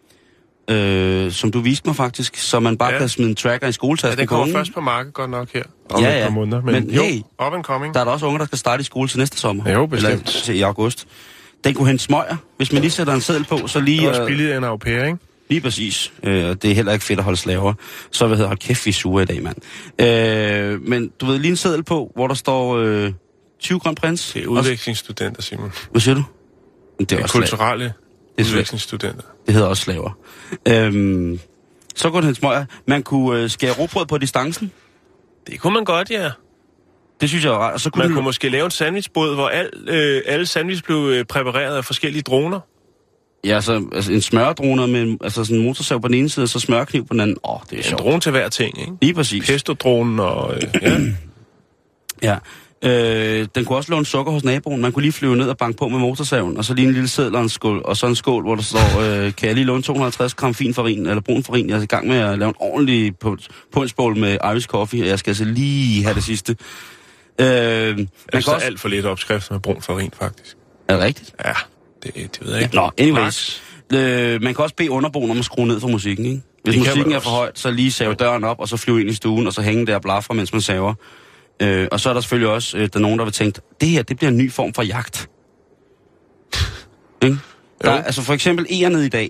Speaker 4: øh, som du viste mig faktisk, så man bare ja. kan smide en tracker i skoletasken.
Speaker 5: Ja, den kommer først på markedet godt nok her. Om
Speaker 4: ja,
Speaker 5: et
Speaker 4: ja.
Speaker 5: par måneder. Men,
Speaker 4: Men
Speaker 5: jo,
Speaker 4: hey,
Speaker 5: up and coming.
Speaker 4: Der er der også unge, der skal starte i skole til næste sommer.
Speaker 5: Ja, jo, bestemt.
Speaker 4: Eller til i august. Den kunne hente smøger. Hvis man lige sætter en seddel på, så lige...
Speaker 5: Det er også billigere end au pair, ikke?
Speaker 4: Lige præcis. Øh, det er heller ikke fedt at holde slaver. Så hvad hedder, hold kæft, vi er sure i dag, mand. Øh, men du ved, lige en seddel på, hvor der står øh, tyve grøn prins.
Speaker 5: Det er udvekslingsstudenter, Simon.
Speaker 4: Hvad siger du? Det er,
Speaker 5: det er
Speaker 4: også
Speaker 5: kulturelle udvekslingsstudenter.
Speaker 4: Det hedder også slaver. Øhm, så kunne det hente smøger. Man kunne øh, skære råbrød på distancen.
Speaker 5: Det kunne man godt, ja.
Speaker 4: Det synes jeg er ret. Og så kunne
Speaker 5: man
Speaker 4: du...
Speaker 5: kunne måske lave en sandwichbåd, hvor al, øh, alle sandwich blev øh, præpareret af forskellige droner.
Speaker 4: Ja, så altså en smørdrone med en, altså sådan en motorsav på den ene side, og så smørkniv på den anden. Åh, oh, det er
Speaker 5: en
Speaker 4: sjovt.
Speaker 5: En drone til hver ting, ikke?
Speaker 4: Lige præcis.
Speaker 5: Pesto-dronen og... Øh, ja.
Speaker 4: ja. Øh, den kunne også låne sukker hos naboen. Man kunne lige flyve ned og banke på med motorsaven, og så lige en lille seddel og en skål, og så en skål, hvor der står, øh, kan jeg lige låne to hundrede og halvtreds gram fin farin, eller brun farin. Jeg er i gang med at lave en ordentlig punchbowl med Irish coffee, og jeg skal altså lige have det sidste. Øh, man
Speaker 5: kan
Speaker 4: også...
Speaker 5: alt for lidt opskrift med brun farin, faktisk.
Speaker 4: Er det rigtigt?
Speaker 5: Ja, det, det ved jeg ikke.
Speaker 4: Ja, nå, anyways. Øh, man kan også bede underboen om at skrue ned for musikken, ikke? Hvis musikken er for højt, så lige save døren op, og så flyve ind i stuen, og så hænge der og blafre, mens man saver. Øh, og så er der selvfølgelig også øh, der er nogen, der vil tænke, det her, det bliver en ny form for jagt. Ikke? Der er, altså for eksempel egernet i dag,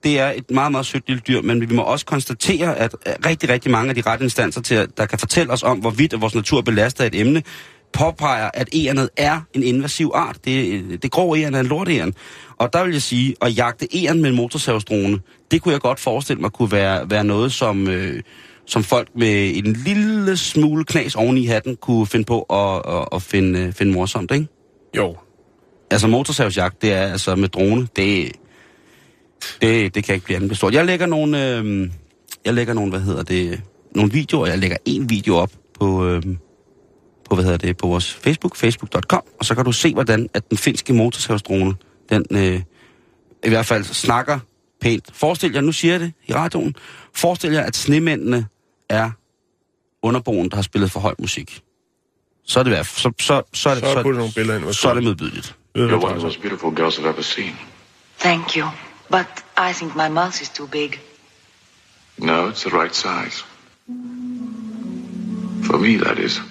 Speaker 4: det er et meget, meget sødt lille dyr, men vi må også konstatere, at rigtig, rigtig mange af de rette instanser, til, der kan fortælle os om, hvorvidt vores natur belaster et emne, påpeger, at egernet er en invasiv art. Det, det grå egern er en lortegern. Og der vil jeg sige, at jagte egern med en motorsavsdrone, det kunne jeg godt forestille mig kunne være, være noget, som, øh, som folk med en lille smule knas oven i hatten kunne finde på at, at, at finde, finde morsomt, ikke?
Speaker 5: Jo.
Speaker 4: Altså motorsavsjagt, det er altså med drone, det, det, det kan ikke blive andet bestort. Jeg lægger nogle, øh, jeg lægger nogle, hvad hedder det, nogle videoer, jeg lægger en video op på... Øh, på, hvad hedder det, på vores Facebook, facebook punktum com, og så kan du se, hvordan at den finske motorsavsdrone, den øh, i hvert fald snakker pænt. Forestil jer, nu siger jeg det i radioen, forestil jer, at snemændene er underboen, der har spillet for høj musik. Så er det værd. Så, så, så er det, så, så, nogle billeder ind, så er det modbydeligt.
Speaker 9: You're one of the most beautiful girls I've ever seen.
Speaker 1: Thank you, but I think my mouth is too big.
Speaker 9: No, it's the right size. For me, that is.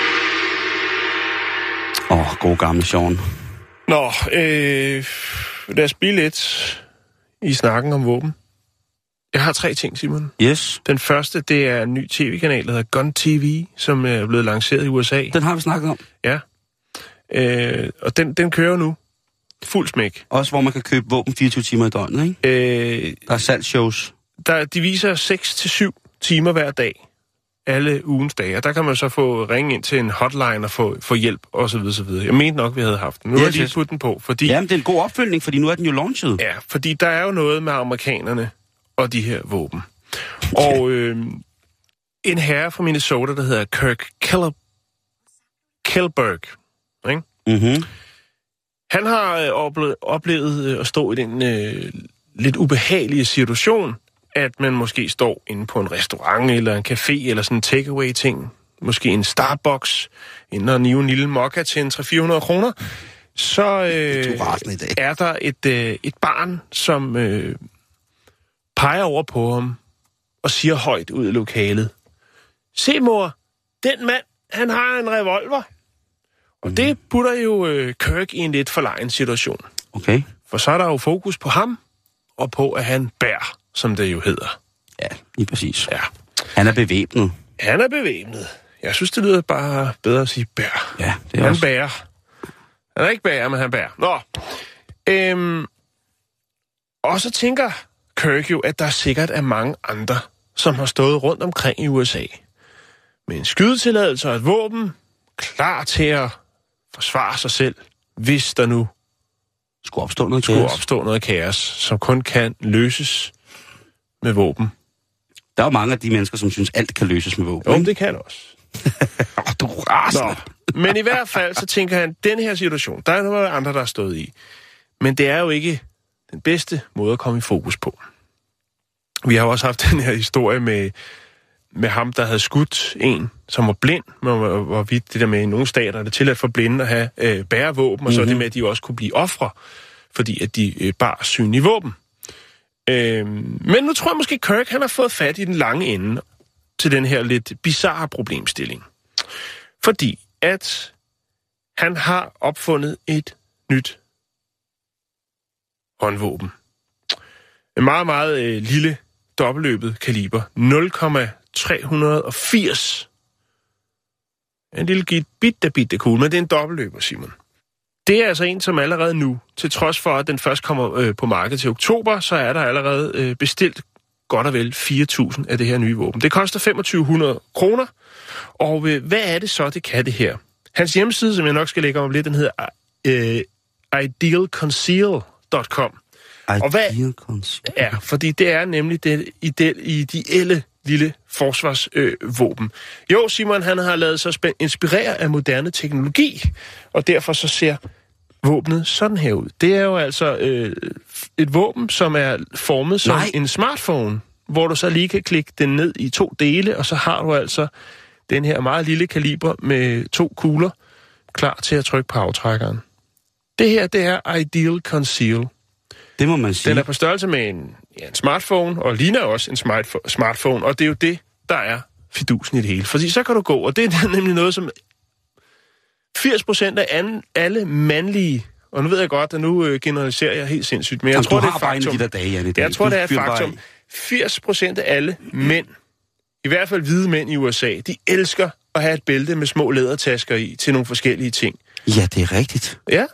Speaker 4: Åh, oh, god gamle Sean.
Speaker 5: Nå, øh, lad os blive lidt i snakken om våben. Jeg har tre ting, Simon.
Speaker 4: Yes.
Speaker 5: Den første, det er en ny tv-kanal, der hedder Gun T V, som er blevet lanceret i U S A.
Speaker 4: Den har vi snakket om.
Speaker 5: Ja. Øh, og den, den kører nu. Fuld smæk.
Speaker 4: Også hvor man kan købe våben fireogtyve timer i døgnet, ikke? Øh, der er salgsshows.
Speaker 5: Der, de viser seks til syv timer hver dag. Alle ugens dage, og der kan man så få ringe ind til en hotline og få, få hjælp, og så videre, så videre. Jeg mente nok, vi havde haft den. Nu yes, har jeg lige puttet den på, fordi...
Speaker 4: Jamen, det er en god opfølgning, fordi nu er den jo launchet.
Speaker 5: Ja, fordi der er jo noget med amerikanerne og de her våben. Okay. Og øh, en herre fra Minnesota, der hedder Kirk Kellberg, ikke?
Speaker 4: Mhm.
Speaker 5: Han har øh, oplevet, oplevet øh, at stå i den øh, lidt ubehagelige situation, at man måske står inde på en restaurant eller en café eller sådan en takeaway-ting, måske en Starbucks, inden og nive en lille mokka til en tre til fire hundrede kroner, så øh, er der et, øh, et barn, som øh, peger over på ham og siger højt ud i lokalet: "Se, mor, den mand, han har en revolver." Og mm. det putter jo øh, Kirk i en lidt forlegen situation.
Speaker 4: Okay.
Speaker 5: For så er der jo fokus på ham og på, at han bærer, som det jo hedder.
Speaker 4: Ja, lige præcis.
Speaker 5: Ja.
Speaker 4: Han er bevæbnet.
Speaker 5: Han er bevæbnet. Jeg synes, det lyder bare bedre at sige bær.
Speaker 4: Ja, det er
Speaker 5: han
Speaker 4: også.
Speaker 5: bærer. Han er ikke bærer, men han bærer. Nå. Øhm, og så tænker Kirk jo, at der sikkert er mange andre, som har stået rundt omkring i U S A med en skydetilladelse og et våben, klar til at forsvare sig selv, hvis der nu
Speaker 4: skulle opstå noget
Speaker 5: skulle
Speaker 4: kaos.
Speaker 5: opstå noget kaos, som kun kan løses med våben.
Speaker 4: Der er jo mange af de mennesker, som synes, alt kan løses med våben.
Speaker 5: Jo, men det kan også.
Speaker 4: oh, du rasende.
Speaker 5: Men i hvert fald, så tænker han, den her situation, der er noget andre, der er stået i. Men det er jo ikke den bedste måde at komme i fokus på. Vi har også haft den her historie med, med ham, der havde skudt en, som var blind. Men hvor, hvor vidt det der med, i nogle stater er det tilladt for blinde at have øh, bærevåben, og så mm-hmm. det med, at de også kunne blive ofre, fordi at de øh, bar synlige våben. Øh, men nu tror jeg måske, Kirk han har fået fat i den lange ende til den her lidt bizarre problemstilling. Fordi at han har opfundet et nyt håndvåben. En meget, meget øh, lille dobbeltløbet kaliber. nul komma tre firs. En lille git, bitte, bitte cool, men det er en dobbeltløber, Simon. Det er altså en, som allerede nu, til trods for, at den først kommer øh, på markedet til oktober, så er der allerede øh, bestilt godt og vel fire tusind af det her nye våben. Det koster to tusind fem hundrede kroner, og øh, hvad er det så, det kan det her? Hans hjemmeside, som jeg nok skal lægge om lidt, den hedder øh, ideal conceal punktum com. Og hvad? Ja, fordi det er nemlig det ideelle lille forsvarsvåben. Øh, jo, Simon, han har lavet sig spæ- inspirere af moderne teknologi, og derfor så ser våbnet sådan her ud. Det er jo altså øh, et våben, som er formet som Nej. en smartphone, hvor du så lige kan klikke den ned i to dele, og så har du altså den her meget lille kaliber med to kugler, klar til at trykke på aftrækkeren. Det her, det er Ideal Conceal.
Speaker 4: Det må man sige.
Speaker 5: Den er på størrelse med en, ja, en smartphone, og ligner også en smart- smartphone, og det er jo det, der er fidusen i det hele. Fordi så kan du gå, og det er nemlig noget, som firs procent af an, alle mandlige og nu ved jeg godt, at nu øh, generaliserer jeg helt sindssygt, men jeg
Speaker 4: Jamen,
Speaker 5: tror,
Speaker 4: du
Speaker 5: det er
Speaker 4: har
Speaker 5: et
Speaker 4: bare en
Speaker 5: faktum.
Speaker 4: af de der dage, Jan, i dag.
Speaker 5: Jeg tror,
Speaker 4: Du
Speaker 5: det er et
Speaker 4: fyrer bare
Speaker 5: faktum.
Speaker 4: i.
Speaker 5: firs procent af alle mænd, i hvert fald hvide mænd i U S A, de elsker at have et bælte med små lædertasker i til nogle forskellige ting.
Speaker 4: Ja, det er rigtigt.
Speaker 5: Ja.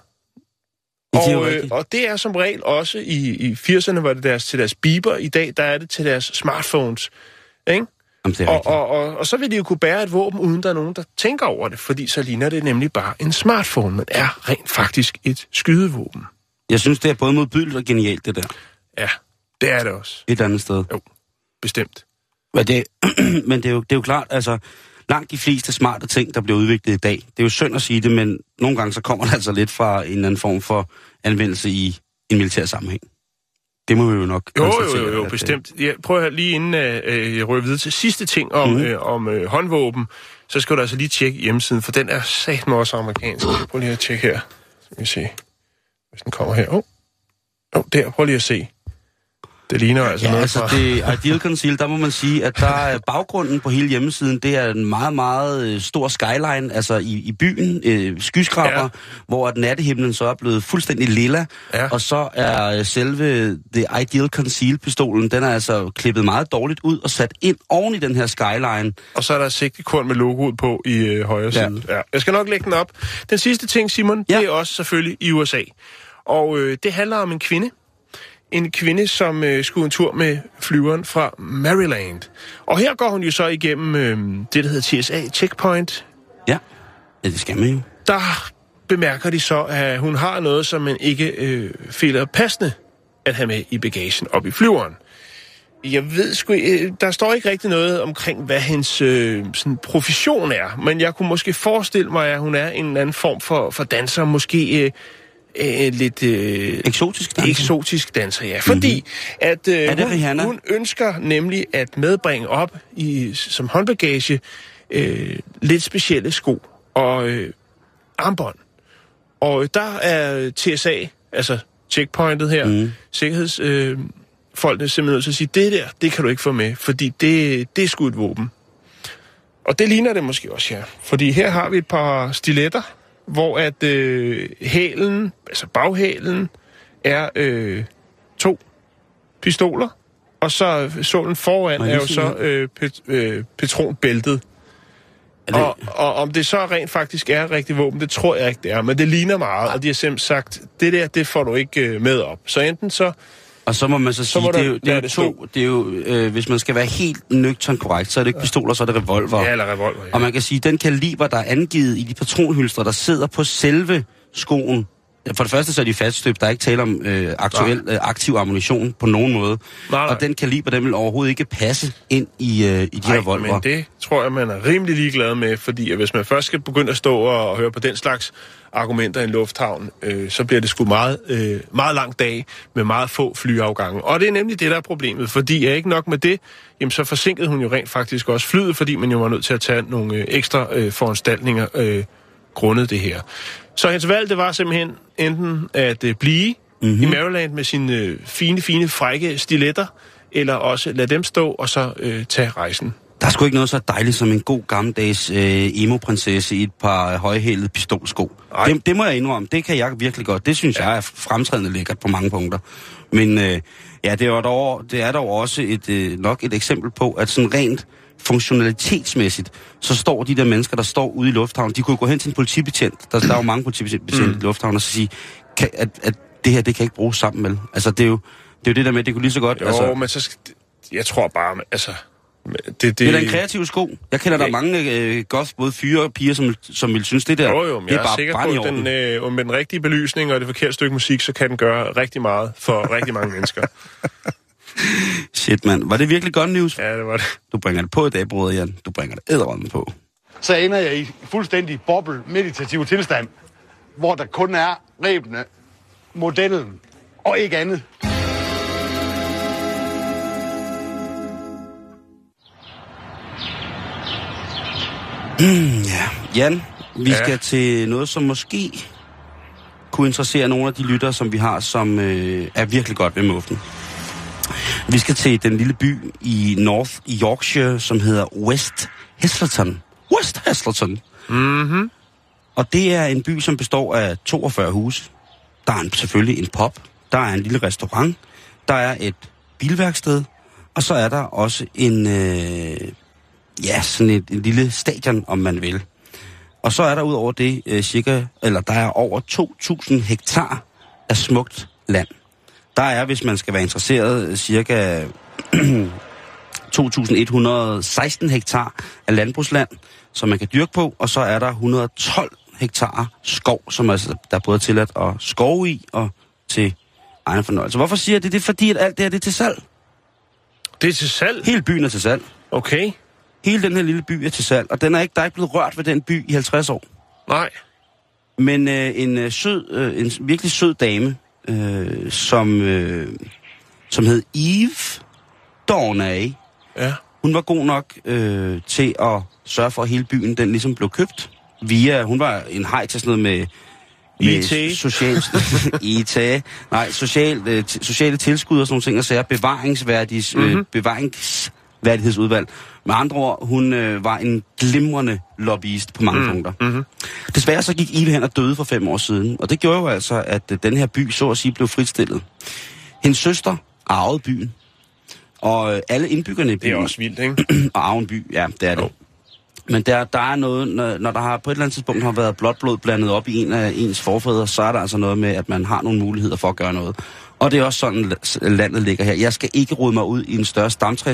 Speaker 4: Det er jo
Speaker 5: Og, øh,
Speaker 4: rigtigt.
Speaker 5: og det er som regel også i, i firserne, var det deres, til deres Bieber. I dag, der er det til deres smartphones. Ikke?
Speaker 4: Jamen, det er
Speaker 5: Og,
Speaker 4: rigtigt.
Speaker 5: og, og, og så vil de jo kunne bære et våben, uden der er nogen, der tænker over det, fordi så ligner det nemlig bare en smartphone, men er rent faktisk et skydevåben.
Speaker 4: Jeg synes, det er både modbydeligt og genialt, det der.
Speaker 5: Ja, det er det også.
Speaker 4: Et andet sted.
Speaker 5: Jo, bestemt.
Speaker 4: Men det, men det, er jo, det er jo klart, altså, langt de fleste smarte ting, der bliver udviklet i dag, det er jo synd at sige det, men nogle gange så kommer det altså lidt fra en eller anden form for anvendelse i en militær sammenhæng. Det må vi jo nok
Speaker 5: Jo,
Speaker 4: konstatere,
Speaker 5: jo, jo, jo
Speaker 4: at,
Speaker 5: bestemt. Jeg prøver her lige inden øh, jeg rører videre til sidste ting om,
Speaker 4: Mhm.
Speaker 5: øh, om øh, håndvåben, så skal du altså lige tjekke hjemmesiden, for den er satme også amerikansk. Prøv lige at tjekke her. Skal vi se, hvis den kommer her. Åh, oh. oh, der, prøv lige at se. Det ligner altså
Speaker 4: Ja,
Speaker 5: noget
Speaker 4: altså
Speaker 5: fra...
Speaker 4: det Ideal Conceal, der må man sige, at der er baggrunden på hele hjemmesiden, det er en meget, meget øh, stor skyline, altså i, i byen, øh, skyskraber,
Speaker 5: Ja.
Speaker 4: hvor at nattehimlen så er blevet fuldstændig lilla,
Speaker 5: Ja.
Speaker 4: og så er øh, selve The Ideal Conceal-pistolen, den er altså klippet meget dårligt ud og sat ind oven i den her skyline.
Speaker 5: Og så er der sigtekorn med logoet på i øh, højre
Speaker 4: Ja.
Speaker 5: side. Ja. Jeg skal nok lægge den op. Den sidste ting, Simon,
Speaker 4: Ja.
Speaker 5: det er også selvfølgelig i U S A. Og øh, det handler om en kvinde. En kvinde, som øh, skulle en tur med flyveren fra Maryland. Og her går hun jo så igennem øh, det, der hedder T S A Checkpoint.
Speaker 4: Ja, ja det skal man jo.
Speaker 5: Der bemærker de så, at hun har noget, som man ikke øh, føler passende at have med i bagagen op i flyveren. Jeg ved sgu, øh, der står ikke rigtig noget omkring, hvad hendes øh, sådan profession er, men jeg kunne måske forestille mig, at hun er en anden form for, for danser, måske øh, øh, lidt... Øh,
Speaker 4: Eksotisk danser.
Speaker 5: Eksotisk danser, ja. Fordi mm-hmm. at øh,
Speaker 4: Er det
Speaker 5: hun,
Speaker 4: Rihanna?
Speaker 5: hun ønsker nemlig at medbringe op i, som håndbagage øh, lidt specielle sko og øh, armbånd. Og der er T S A, altså checkpointet her, mm. sikkerhedsfolkene øh, folkene simpelthen nødt til at sige, det der, det kan du ikke få med, fordi det, det er sgu et våben. Og det ligner det måske også, ja. Fordi her har vi et par stiletter, hvor at øh, hælen, altså baghælen, er øh, to pistoler, og så sålen foran er jo så øh, pet, øh, patronbæltet. Og, og om det så rent faktisk er rigtig våben, det tror jeg ikke, det er. Men det ligner meget, og de har simpelthen sagt, det der, det får du ikke øh, med op. Så enten så...
Speaker 4: Og så må man så sige,
Speaker 5: må
Speaker 4: det er
Speaker 5: der
Speaker 4: jo, det er jo
Speaker 5: lade det
Speaker 4: to, det er jo, øh, hvis man skal være helt nøgtern korrekt, så er det ikke pistoler, så er det revolver.
Speaker 5: Ja, eller revolver, ja.
Speaker 4: Og man kan sige, den kaliber, der er angivet i de patronhylstre, der sidder på selve skoen, for det første så er de faststøbt, der er ikke tale om øh, aktuel, øh, aktiv ammunition på nogen måde.
Speaker 5: Nej, nej.
Speaker 4: Og den kaliber, den vil overhovedet ikke passe ind i, øh, i de
Speaker 5: Nej,
Speaker 4: revolver.
Speaker 5: men det tror jeg, man er rimelig ligeglad med, fordi at hvis man først skal begynde at stå og høre på den slags argumenter i en lufthavn, øh, så bliver det sgu meget, øh, meget lang dag med meget få flyafgange. Og det er nemlig det, der er problemet, fordi er ikke nok med det, jamen så forsinkede hun jo rent faktisk også flyet, fordi man jo var nødt til at tage nogle øh, ekstra øh, foranstaltninger øh, grundet det her. Så hendes valg, det var simpelthen enten at øh, blive mm-hmm. i Maryland med sine øh, fine, fine, frække stiletter, eller også lade dem stå og så øh, tage rejsen.
Speaker 4: Der er sgu ikke noget så dejligt som en god gammeldags øh, emo-prinsesse i et par højhælede pistolsko. Det, det må jeg indrømme, det kan jeg virkelig godt. Det synes ja. jeg er fremtrædende lækkert på mange punkter. Men øh, ja, det er, dog, det er dog også et, øh, nok et eksempel på, at sådan rent funktionalitetsmæssigt, så står de der mennesker, der står ude i lufthavnen, de kunne gå hen til en politibetjent, der, der er jo mange politibetjente mm. i lufthavnen, og så sige, kan, at, at det her, det kan ikke bruges sammen med. Altså, det er jo det, er jo det der med, det kunne lige så godt...
Speaker 5: Jo,
Speaker 4: altså,
Speaker 5: men så... Jeg tror bare, altså... Det, det,
Speaker 4: det er da en kreativ sko. Jeg kender der
Speaker 5: ja.
Speaker 4: mange øh, goth, både fyre og piger, som, som vil synes, det der,
Speaker 5: jo, jo, men
Speaker 4: det er
Speaker 5: jeg
Speaker 4: bare
Speaker 5: er sikker
Speaker 4: brand i
Speaker 5: på, at
Speaker 4: orden.
Speaker 5: den, øh, med den rigtige belysning og det forkerte stykke musik, så kan den gøre rigtig meget for rigtig mange mennesker.
Speaker 4: Shit, mand. Var det virkelig godt news?
Speaker 5: Ja, det var det.
Speaker 4: Du bringer det på i dag, bror Jan. Du bringer det edderrømme på.
Speaker 10: Så ender jeg i fuldstændig boble-meditativ tilstand, hvor der kun er rebene, modellen og ikke andet.
Speaker 4: Mm, ja. Jan, vi
Speaker 5: ja.
Speaker 4: skal til noget, som måske kunne interessere nogle af de lyttere, som vi har, som øh, er virkelig godt ved muffen. Vi skal til den lille by i North Yorkshire, som hedder West Heselton. West Heselton.
Speaker 5: Mhm.
Speaker 4: Og det er en by, som består af toogfyrre huse. der er en, selvfølgelig en pub, der er en lille restaurant, der er et bilværksted, og så er der også en, øh, ja, sådan et, en lille stadion, om man vil. Og så er der ud over det øh, cirka, eller der er over to tusind hektar af smukt land. Der er, hvis man skal være interesseret, cirka to tusind et hundrede og seksten hektar af landbrugsland, som man kan dyrke på, og så er der et hundrede og tolv hektar skov, som altså, der er både tilladt at skove i og til egen fornøjelse. Hvorfor siger jeg det? Det er fordi, at alt det her det er til salg.
Speaker 5: Det er til salg?
Speaker 4: Hele byen er til salg.
Speaker 5: Okay.
Speaker 4: Hele den her lille by er til salg, og den er ikke, der er ikke blevet rørt ved den by i halvtreds år.
Speaker 5: Nej.
Speaker 4: Men øh, en øh, sød, øh, en virkelig sød dame, øh, som, øh, som hed Eve Dornay,
Speaker 5: ja.
Speaker 4: Hun var god nok øh, til at sørge for, at hele byen den ligesom blev købt. Via, hun var en hej til sådan noget med... med
Speaker 5: I T.
Speaker 4: Social, I T. Nej, social, øh, t- sociale tilskud og sådan nogle ting, og så er bevaringsværdigheds, øh,
Speaker 5: mm-hmm.
Speaker 4: bevaringsværdighedsudvalg. Med andre ord, hun øh, var en glimrende lobbyist på mange mm. punkter.
Speaker 5: Mm-hmm.
Speaker 4: Desværre så gik Eve hen og døde for fem år siden, og det gjorde jo altså, at øh, den her by så at sige blev fritstillet. Hendes søster arvede byen, og øh, alle indbyggerne i byen...
Speaker 5: Det er også vildt, ikke?
Speaker 4: og arven by, ja, det er det. Oh. Men der, der er noget, når, når der har på et eller andet tidspunkt har været blåt blod blandet op i en af ens forfædre, så er der altså noget med, at man har nogle muligheder for at gøre noget. Og det er også sådan, landet ligger her. Jeg skal ikke rode mig ud i en større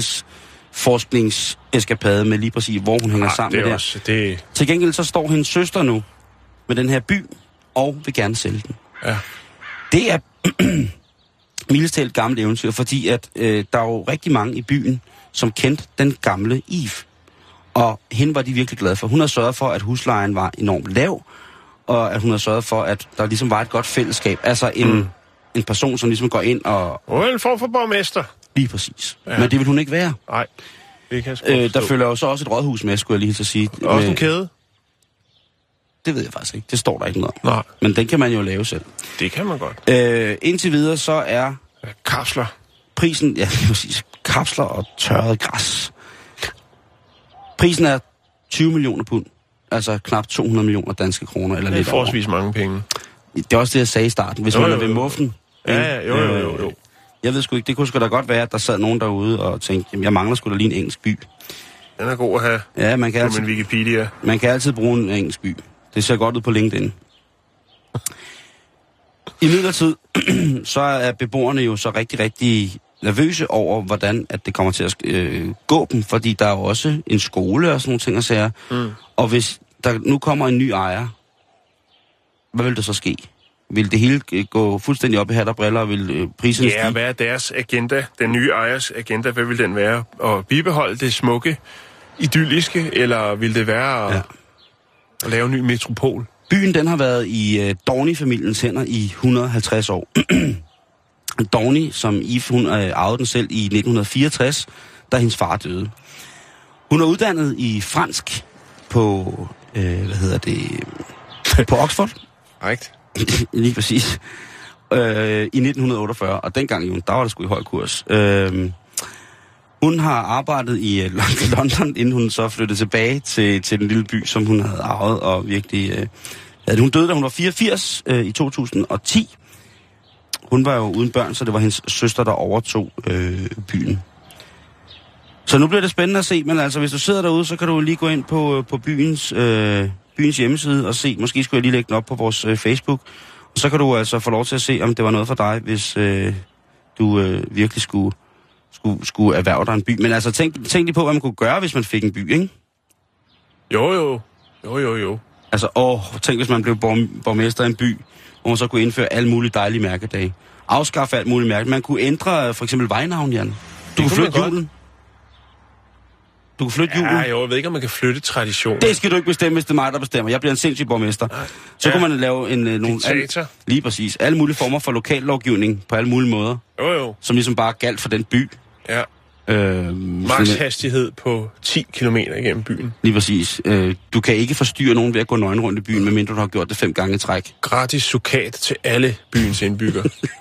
Speaker 4: stamtræsforskningseskapade med lige præcis, hvor hun hænger
Speaker 5: Arh,
Speaker 4: sammen
Speaker 5: det
Speaker 4: med
Speaker 5: også, det.
Speaker 4: Til gengæld så står hendes søster nu med den her by, og vil gerne sælge den.
Speaker 5: Ja.
Speaker 4: Det er mildest talt gammelt eventyr, fordi at øh, der er jo rigtig mange i byen, som kendte den gamle Eve. Og hende var de virkelig glade for. Hun har sørget for, at huslejen var enormt lav, og at hun har sørget for, at der ligesom var et godt fællesskab. Altså en, mm. en person, som ligesom går ind og...
Speaker 5: Og en form for borgmester.
Speaker 4: Lige præcis. Ja. Men det vil hun ikke være.
Speaker 5: Nej, det kan jeg
Speaker 4: øh, Der følger jo så også et rådhus med, skulle jeg lige til at sige.
Speaker 5: Også
Speaker 4: med,
Speaker 5: en kæde?
Speaker 4: Det ved jeg faktisk ikke. Det står der ikke noget om.
Speaker 5: Nej.
Speaker 4: Men den kan man jo lave selv.
Speaker 5: Det kan man godt.
Speaker 4: Øh, indtil videre så er...
Speaker 5: Kapsler.
Speaker 4: Prisen, ja, præcis. Kapsler og tørret græs. Prisen er tyve millioner pund. Altså knap to hundrede millioner danske kroner. Eller
Speaker 5: det er
Speaker 4: lidt
Speaker 5: forholdsvis mange penge.
Speaker 4: Det er også det, jeg sagde i starten. Hvis jo, man er ved muffen...
Speaker 5: Ja, ja, jo, jo, jo, jo.
Speaker 4: Jeg ved sgu ikke, det kunne sgu da godt være, at der sad nogen derude og tænkte, jamen, jeg mangler sgu da lige en engelsk by.
Speaker 5: Den er god at have.
Speaker 4: Ja, man kan altid,
Speaker 5: en Wikipedia.
Speaker 4: Man kan altid bruge en engelsk by. Det ser godt ud på LinkedIn. I midlertid, så er beboerne jo så rigtig, rigtig nervøse over, hvordan at det kommer til at øh, gå dem, fordi der er jo også en skole og sådan nogle ting at sige. Mm. Og hvis der nu kommer en ny ejer, hvad vil der så ske? Vil det hele gå fuldstændig op i hat og briller, og vil øh, priserne
Speaker 5: stige? Ja, hvad er deres agenda, den nye ejers agenda, hvad vil den være? At bibeholde det smukke, idylliske, eller vil det være at, ja. at lave en ny metropol?
Speaker 4: Byen, den har været i øh, Dorney-familiens hænder i et hundrede og halvtreds år. Dorney, som Eve, hun øh, arvede den selv i nitten fireogtres, da hendes far døde. Hun er uddannet i fransk på, øh, hvad hedder det, på Oxford.
Speaker 5: Right.
Speaker 4: Lige præcis. Øh, I nitten otteogfyrre, og dengang jo, der var det sgu i høj kurs. Øh, hun har arbejdet i øh, London, inden hun så flyttede tilbage til, til den lille by, som hun havde arvet, og virkelig... Øh, havde, hun døde, da hun var fireogfirs øh, i to tusind og ti. Hun var jo uden børn, så det var hendes søster, der overtog øh, byen. Så nu bliver det spændende at se, men altså, hvis du sidder derude, så kan du lige gå ind på, på byens... Øh, byens hjemmeside og se, måske skulle jeg lige lægge den op på vores øh, Facebook, og så kan du altså få lov til at se, om det var noget for dig, hvis øh, du øh, virkelig skulle, skulle, skulle erhverve dig en by. Men altså, tænk, tænk lige på, hvad man kunne gøre, hvis man fik en by, ikke?
Speaker 5: Jo, jo. Jo, jo, jo.
Speaker 4: Altså, åh, tænk, hvis man blev borg, borgmester i en by, hvor man så kunne indføre alle mulige dejlige mærkedage. Afskaffe alt muligt mærke. Man kunne ændre for eksempel vejnavn, Jan. Du kunne flytte julen. Du kan flytte julen.
Speaker 5: Ja, jo, jeg ved ikke, om man kan flytte tradition.
Speaker 4: Det skal du ikke bestemme, hvis det er mig, der bestemmer. Jeg bliver en sindssyg borgmester. Nej. Så ja. Kunne man lave en... Uh, nogle,
Speaker 5: al,
Speaker 4: lige præcis. Alle mulige former for lokallovgivning på alle mulige måder.
Speaker 5: Jo, jo.
Speaker 4: Som ligesom bare galt for den by.
Speaker 5: Ja.
Speaker 4: Øh,
Speaker 5: Max hastighed på ti kilometer igennem byen.
Speaker 4: Lige præcis. Øh, du kan ikke forstyrre nogen ved at gå nøgen rundt i byen, medmindre du har gjort det fem gange i træk.
Speaker 5: Gratis sukat til alle byens indbygger.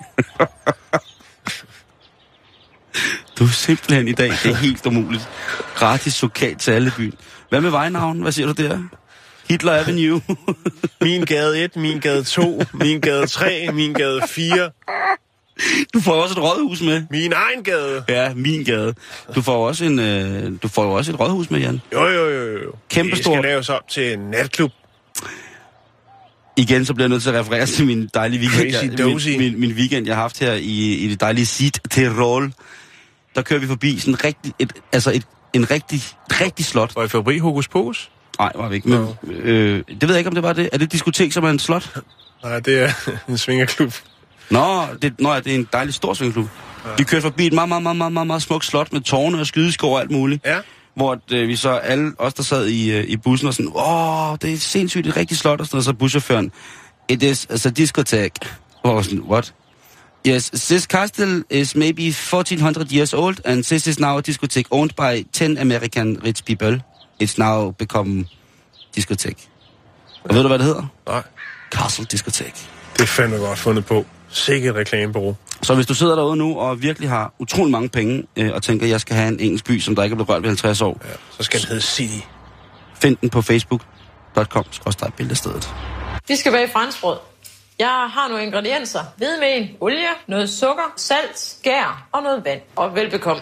Speaker 4: Du er simpelthen i dag, det er helt umuligt. Gratis sukat til alle byen. Hvad med vejnavn? Hvad siger du der? Hitler Avenue.
Speaker 5: Min gade et, min gade to, min gade tre, min gade fire.
Speaker 4: Du får også et rådhus med.
Speaker 5: Min egen gade.
Speaker 4: Ja, min gade. Du får også en, øh, du får jo også et rådhus med, Jan.
Speaker 5: Jo, jo, jo, jo.
Speaker 4: Kæmpe
Speaker 5: det
Speaker 4: stort.
Speaker 5: skal laves op til en natklub.
Speaker 4: Igen, så bliver jeg nødt til at referere til min dejlige weekend.
Speaker 5: Crazy
Speaker 4: Jeg, min, min, min weekend, jeg har haft her i, i det dejlige Sit Tirol. Der kører vi forbi sådan rigtig, et, altså et, en rigtig, rigtig slot.
Speaker 5: Var I forbi Hokus Pokus?
Speaker 4: Nej, var vi ikke. Men, no. øh, det ved jeg ikke, om det var det. Er det et diskotek, som er en slot?
Speaker 5: Nej, det er en svingerklub.
Speaker 4: Nå, det, nå, det er en dejlig stor svingerklub. Ja. Vi kørte forbi et meget, meget, meget, meget, meget, meget smukt slot med tårne og skydeskår og alt muligt.
Speaker 5: Ja. Hvor
Speaker 4: øh, vi så alle os, der sad i, øh, i bussen, og sådan, åh, det er sindssygt, et rigtigt slot, og sådan, og så buschaufføren, it is a discotheque. Og sådan, what? Yes, this castle is maybe fourteen hundred years old, and this is now a discotheque owned by ten American rich people. It's now become discotheque. Og ja. Ved du, hvad det hedder?
Speaker 5: Nej.
Speaker 4: Castle Discotheque.
Speaker 5: Det er fandme godt fundet på. Sikkert reklamebureau.
Speaker 4: Så hvis du sidder derude nu og virkelig har utrolig mange penge, øh, og tænker, at jeg skal have en engelsk by, som der ikke er blevet rørt ved halvtreds år,
Speaker 5: ja, så skal den hedde City.
Speaker 4: Find den på facebook punktum com skråstreg billedstedet.
Speaker 11: Vi skal bage franskbrød. Jeg har nogle ingredienser. Hvidmel, olie, noget sukker, salt, skær og noget vand. Og velbekomme.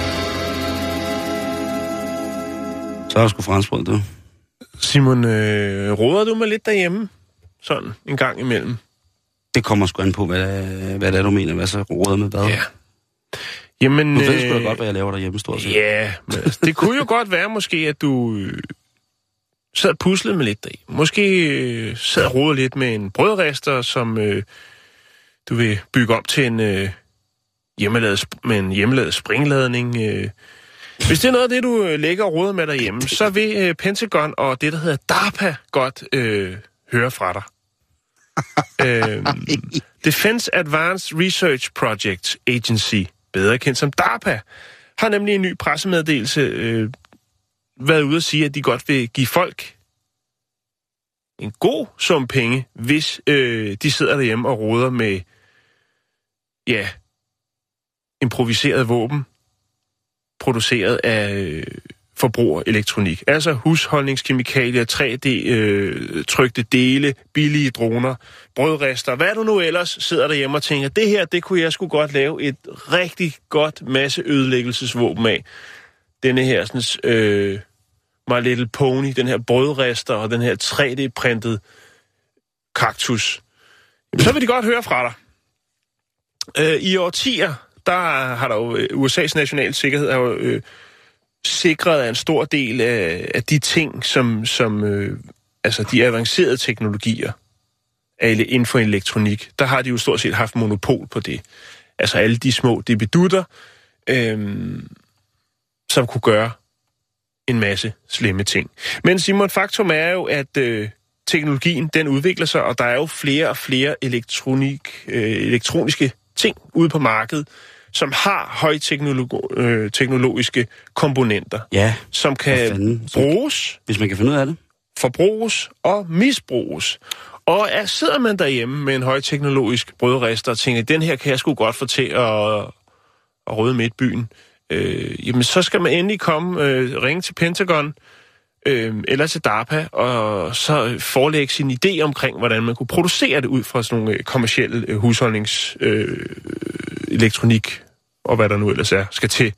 Speaker 4: Så er der sgu franskbrød, du.
Speaker 5: Simon, øh, råder du mig lidt derhjemme? Sådan en gang imellem.
Speaker 4: Det kommer sgu an på, hvad, hvad det er, du mener. Hvad så råder med hvad?
Speaker 5: Ja. Jamen,
Speaker 4: du ved sgu da godt, hvad jeg laver derhjemme, stort set.
Speaker 5: Ja, men altså, det kunne jo godt være måske, at du øh, sad og puslede med lidt derhjemme. Måske øh, sad og rodede lidt med en brødrester, som øh, du vil bygge op til en, øh, hjemmelavet, med en hjemmelavet springladning. Øh. Hvis det er noget af det, du lægger og roder med derhjemme, så vil øh, Pentagon og det, der hedder DARPA, godt øh, høre fra dig. øh, Defense Advanced Research Project Agency, bedre kendt som DARPA, har nemlig en ny pressemeddelelse øh, været ude at sige, at de godt vil give folk en god sum penge, hvis øh, de sidder derhjemme og roder med, ja, improviseret våben, produceret af øh, forbrugerelektronik. Altså husholdningskemikalier, tre D-trykte øh, dele, billige droner, brødrester, hvad du nu ellers sidder derhjemme og tænker, det her, det kunne jeg sgu godt lave et rigtig godt masse ødelæggelsesvåben af. Denne her, sådan, øh, My Little Pony, den her brødrester og den her tre D-printet kaktus. Så vil de godt høre fra dig. Øh, I årtier, der har der jo U S A's nationale sikkerhed har jo øh, sikret en stor del af, af de ting, som, som øh, altså de avancerede teknologier af inden for elektronik, der har de jo stort set haft monopol på det. Altså alle de små dibedutter, øh, som kunne gøre en masse slemme ting. Men Simon, faktum er jo, at øh, teknologien, den udvikler sig, og der er jo flere og flere elektronik, øh, elektroniske ting ude på markedet, som har højteknologiske komponenter,
Speaker 4: ja,
Speaker 5: som kan fanden, bruges,
Speaker 4: hvis man kan finde ud af det,
Speaker 5: forbruges og misbruges. Og er, sidder man derhjemme med en højteknologisk brødrester og tænker, den her kan jeg sgu godt få til at, at røde midtbyen, øh, jamen så skal man endelig komme, øh, ringe til Pentagon, øh, eller til DARPA, og så forelægge sin idé omkring, hvordan man kunne producere det ud fra sådan nogle kommercielle øh, husholdnings... Øh, elektronik, og hvad der nu ellers er, skal til.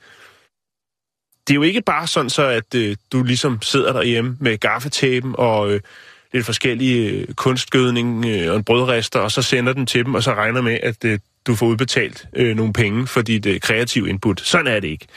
Speaker 5: Det er jo ikke bare sådan så, at øh, du ligesom sidder derhjemme med gaffetapen og øh, lidt forskellige øh, kunstgødning øh, og en brødrester, og så sender den til dem, og så regner med, at øh, du får udbetalt øh, nogle penge for dit øh, kreative input. Sådan er det ikke.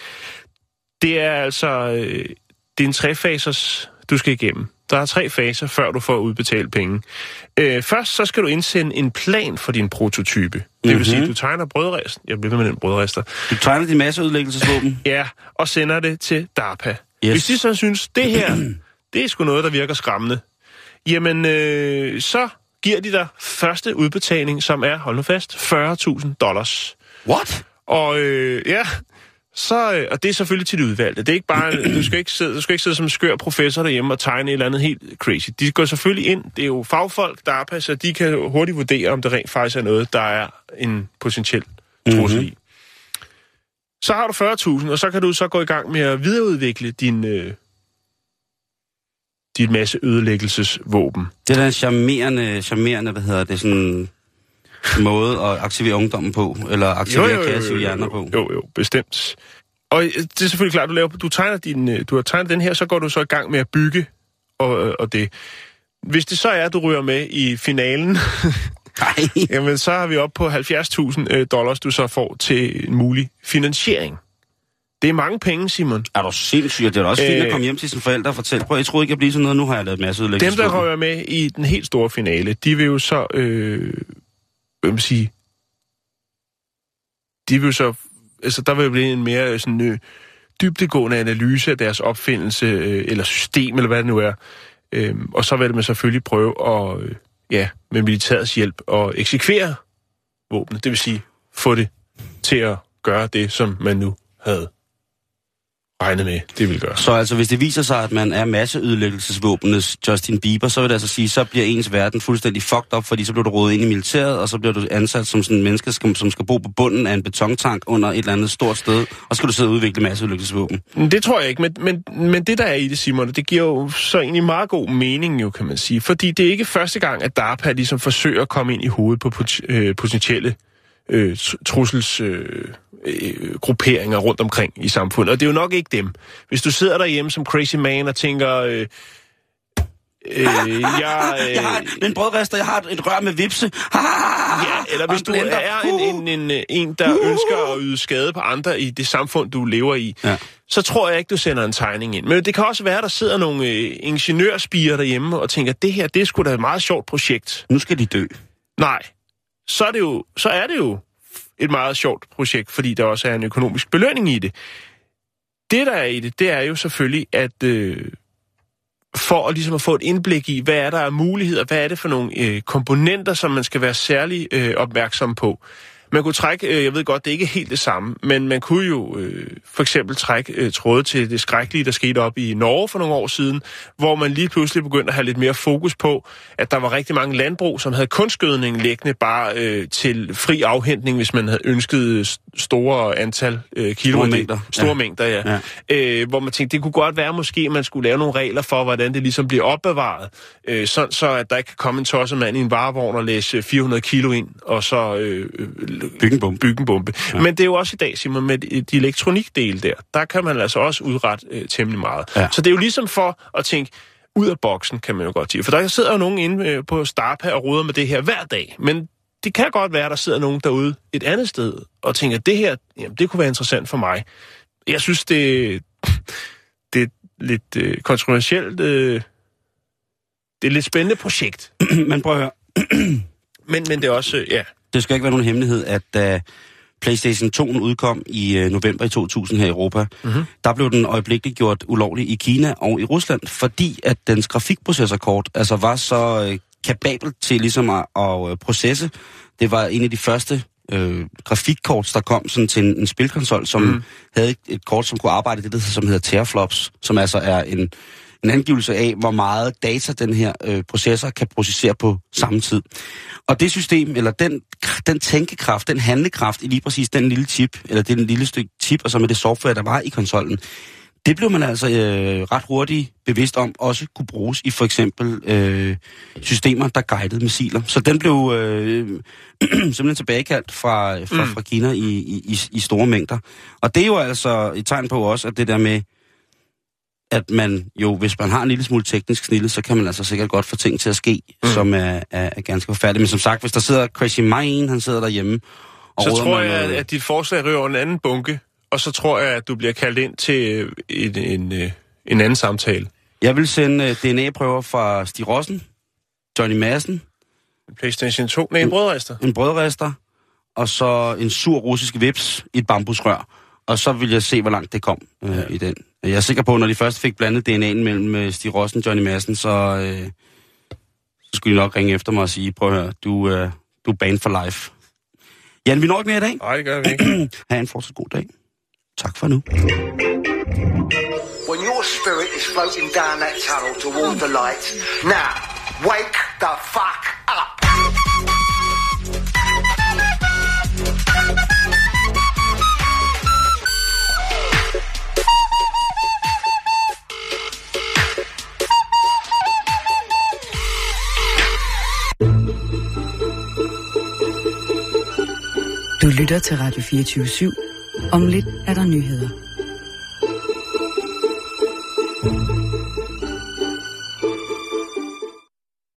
Speaker 5: Det er altså øh, det er en trefasers, du skal igennem. Der er tre faser, før du får udbetalt penge. Øh, først så skal du indsende en plan for din prototype. Det vil mm-hmm. sige, at du tegner brødresten. Jeg bliver med den brødrester.
Speaker 4: Du tegner din masseudlæggelsesvåben?
Speaker 5: Ja, og sender det til DARPA. Yes. Hvis de så synes, det her, det er sgu noget, der virker skræmmende, jamen øh, så giver de dig første udbetaling, som er, hold nu fast, fyrre tusind dollars.
Speaker 4: What?
Speaker 5: Og øh, ja... Så, og det er selvfølgelig til det udvalgte. Det er ikke bare, du skal ikke sidde, du skal ikke sidde som en skør professor derhjemme og tegne et eller andet helt crazy. De går selvfølgelig ind, det er jo fagfolk, der er så de kan hurtigt vurdere, om det rent faktisk er noget, der er en potentiel trussel i. Mm-hmm. Så har du fyrre tusind, og så kan du så gå i gang med at videreudvikle din, øh, dit masse ødelæggelsesvåben.
Speaker 4: Det er da en charmerende, charmerende, hvad hedder det, sådan måde at aktivere ungdommen på, eller aktivere kreative hjerner på.
Speaker 5: Jo, jo, bestemt. Og det er selvfølgelig klart, du laver, du tegner din, du har tegnet den her, så går du så i gang med at bygge, og, og det. Hvis det så er, at du ryger med i finalen, jamen så har vi op på halvfjerds tusind dollars, du så får til en mulig finansiering. Det er mange penge, Simon.
Speaker 4: Er du sindssygt? Det er også fint at komme hjem til sine forældre og fortælle, prøv, jeg troede ikke, jeg bliver sådan noget, nu har jeg lavet masse udlæggelse.
Speaker 5: Dem, der rører med i den helt store finale, de vil jo så, øh, hvad man sige, de vil jo så, altså der vil jo blive en mere sådan øh, dybdegående analyse af deres opfindelse, øh, eller system, eller hvad det nu er. Øh, og så vil man selvfølgelig prøve at, øh, ja, med militærets hjælp, at eksekvere våbnet. Det vil sige, få det til at gøre det, som man nu havde regnet med, det vil gøre.
Speaker 4: Så altså, hvis det viser sig, at man er masseødelæggelsesvåbenes Justin Bieber, så vil det altså sige, så bliver ens verden fuldstændig fucked up, fordi så bliver du rodet ind i militæret, og så bliver du ansat som sådan en menneske, som skal bo på bunden af en betontank under et eller andet stort sted, og så skal du sidde og udvikle masseødelæggelsesvåben.
Speaker 5: Det tror jeg ikke, men, men, men det der er i det, Simon, det giver jo så egentlig meget god mening, jo, kan man sige, fordi det er ikke første gang, at DARPA ligesom forsøger at komme ind i hovedet på øh, potentielle øh, trussels... Øh, grupperinger rundt omkring i samfundet. Og det er jo nok ikke dem. Hvis du sidder derhjemme som crazy man og tænker... Øh, øh, jeg, øh,
Speaker 4: jeg har en brødrester, jeg har et rør med vipse.
Speaker 5: Ja, eller hvis du er en, en, en, en der uh. ønsker at yde skade på andre i det samfund, du lever i, ja. Så tror jeg ikke, du sender en tegning ind. Men det kan også være, at der sidder nogle øh, ingeniørspirer derhjemme og tænker, det her, det er sgu da et meget sjovt projekt.
Speaker 4: Nu skal de dø.
Speaker 5: Nej. Så er det jo, så er det jo et meget sjovt projekt, fordi der også er en økonomisk belønning i det. Det, der er i det, det er jo selvfølgelig, at øh, for at, ligesom at få et indblik i, hvad er der af muligheder, hvad er det for nogle øh, komponenter, som man skal være særlig øh, opmærksom på. Man kunne trække, øh, jeg ved godt, det er ikke helt det samme, men man kunne jo øh, for eksempel trække øh, tråde til det skrækkelige, der skete op i Norge for nogle år siden, hvor man lige pludselig begyndte at have lidt mere fokus på, at der var rigtig mange landbrug, som havde kunstgødning liggende bare øh, til fri afhentning, hvis man havde ønsket store antal øh, kilo.
Speaker 4: Store mængder.
Speaker 5: Store ja. mængder, ja. ja. Øh, hvor man tænkte, det kunne godt være måske, at man skulle lave nogle regler for, hvordan det ligesom bliver opbevaret, øh, så, så at der ikke kan komme en tosset mand i en varevogn og læse fire hundrede kilo ind, og så... Øh,
Speaker 4: Bygge en bombe.
Speaker 5: Bygge en bombe. Ja. Men det er jo også i dag, Simon, med de elektronikdele der, der kan man altså også udrette øh, temmelig meget. Ja. Så det er jo ligesom for at tænke, ud af boksen, kan man jo godt sige. For der sidder jo nogen inde øh, på Starpa og roder med det her hver dag. Men det kan godt være, at der sidder nogen derude et andet sted og tænker, det her, jamen, det kunne være interessant for mig. Jeg synes, det, det er lidt øh, kontroversielt. Øh, det er et lidt spændende projekt.
Speaker 4: Men prøv at høre.
Speaker 5: men, men det er også, øh, ja...
Speaker 4: Det skal ikke være nogen hemmelighed, at da PlayStation to udkom i øh, november i to tusind her i Europa, mm-hmm. der blev den øjeblikkeligt gjort ulovlig i Kina og i Rusland, fordi at dens grafikprocessorkort altså var så øh, kapabel til ligesom at, at øh, processe. Det var en af de første øh, grafikkort, der kom sådan til en, en spilkonsol, som mm. havde et, et kort, som kunne arbejde det, der som hedder teraflops, som altså er en... en angivelse af, hvor meget data den her øh, processor kan processere på samme tid. Og det system, eller den, den tænkekraft, den handlekraft i lige præcis den lille chip, eller det lille stykke chip, og så med det software, der var i konsollen, det blev man altså øh, ret hurtigt bevidst om, også kunne bruges i for eksempel øh, systemer, der guidede missiler. Så den blev øh, simpelthen tilbagekaldt fra, fra, mm. fra Kina i, i, i store mængder. Og det er jo altså et tegn på også, at det der med, at man jo, hvis man har en lille smule teknisk snille, så kan man altså sikkert godt få ting til at ske, mm. som er, er, er ganske forfærdeligt. Men som sagt, hvis der sidder Crazy Man, han sidder derhjemme... Og
Speaker 5: så tror jeg,
Speaker 4: noget...
Speaker 5: at dit forslag ryger en anden bunke, og så tror jeg, at du bliver kaldt ind til en, en, en anden samtale.
Speaker 4: Jeg vil sende D N A-prøver fra Stig Rossen, Johnny Madsen...
Speaker 5: En PlayStation to? Nej, en brødrester.
Speaker 4: En brødrester, og så en sur russisk vips i et bambusrør. Og så vil jeg se, hvor langt det kom øh, ja. i den. Jeg er sikker på, at når de først fik blandet D N A'en mellem Stig Rossen og Johnny Madsen, så, øh, så skulle de nok ringe efter mig og sige, prøv at høre, du, øh, du er banned for life. Jan, vi når ikke mere i dag.
Speaker 5: Nej, det gør vi ikke.
Speaker 4: Ha' en fortsat god dag. Tak for nu.
Speaker 12: When your spirit is floating down that tunnel towards the light, now, wake the fuck up!
Speaker 13: Du lytter til Radio fireogtyve syv. Om lidt er der nyheder.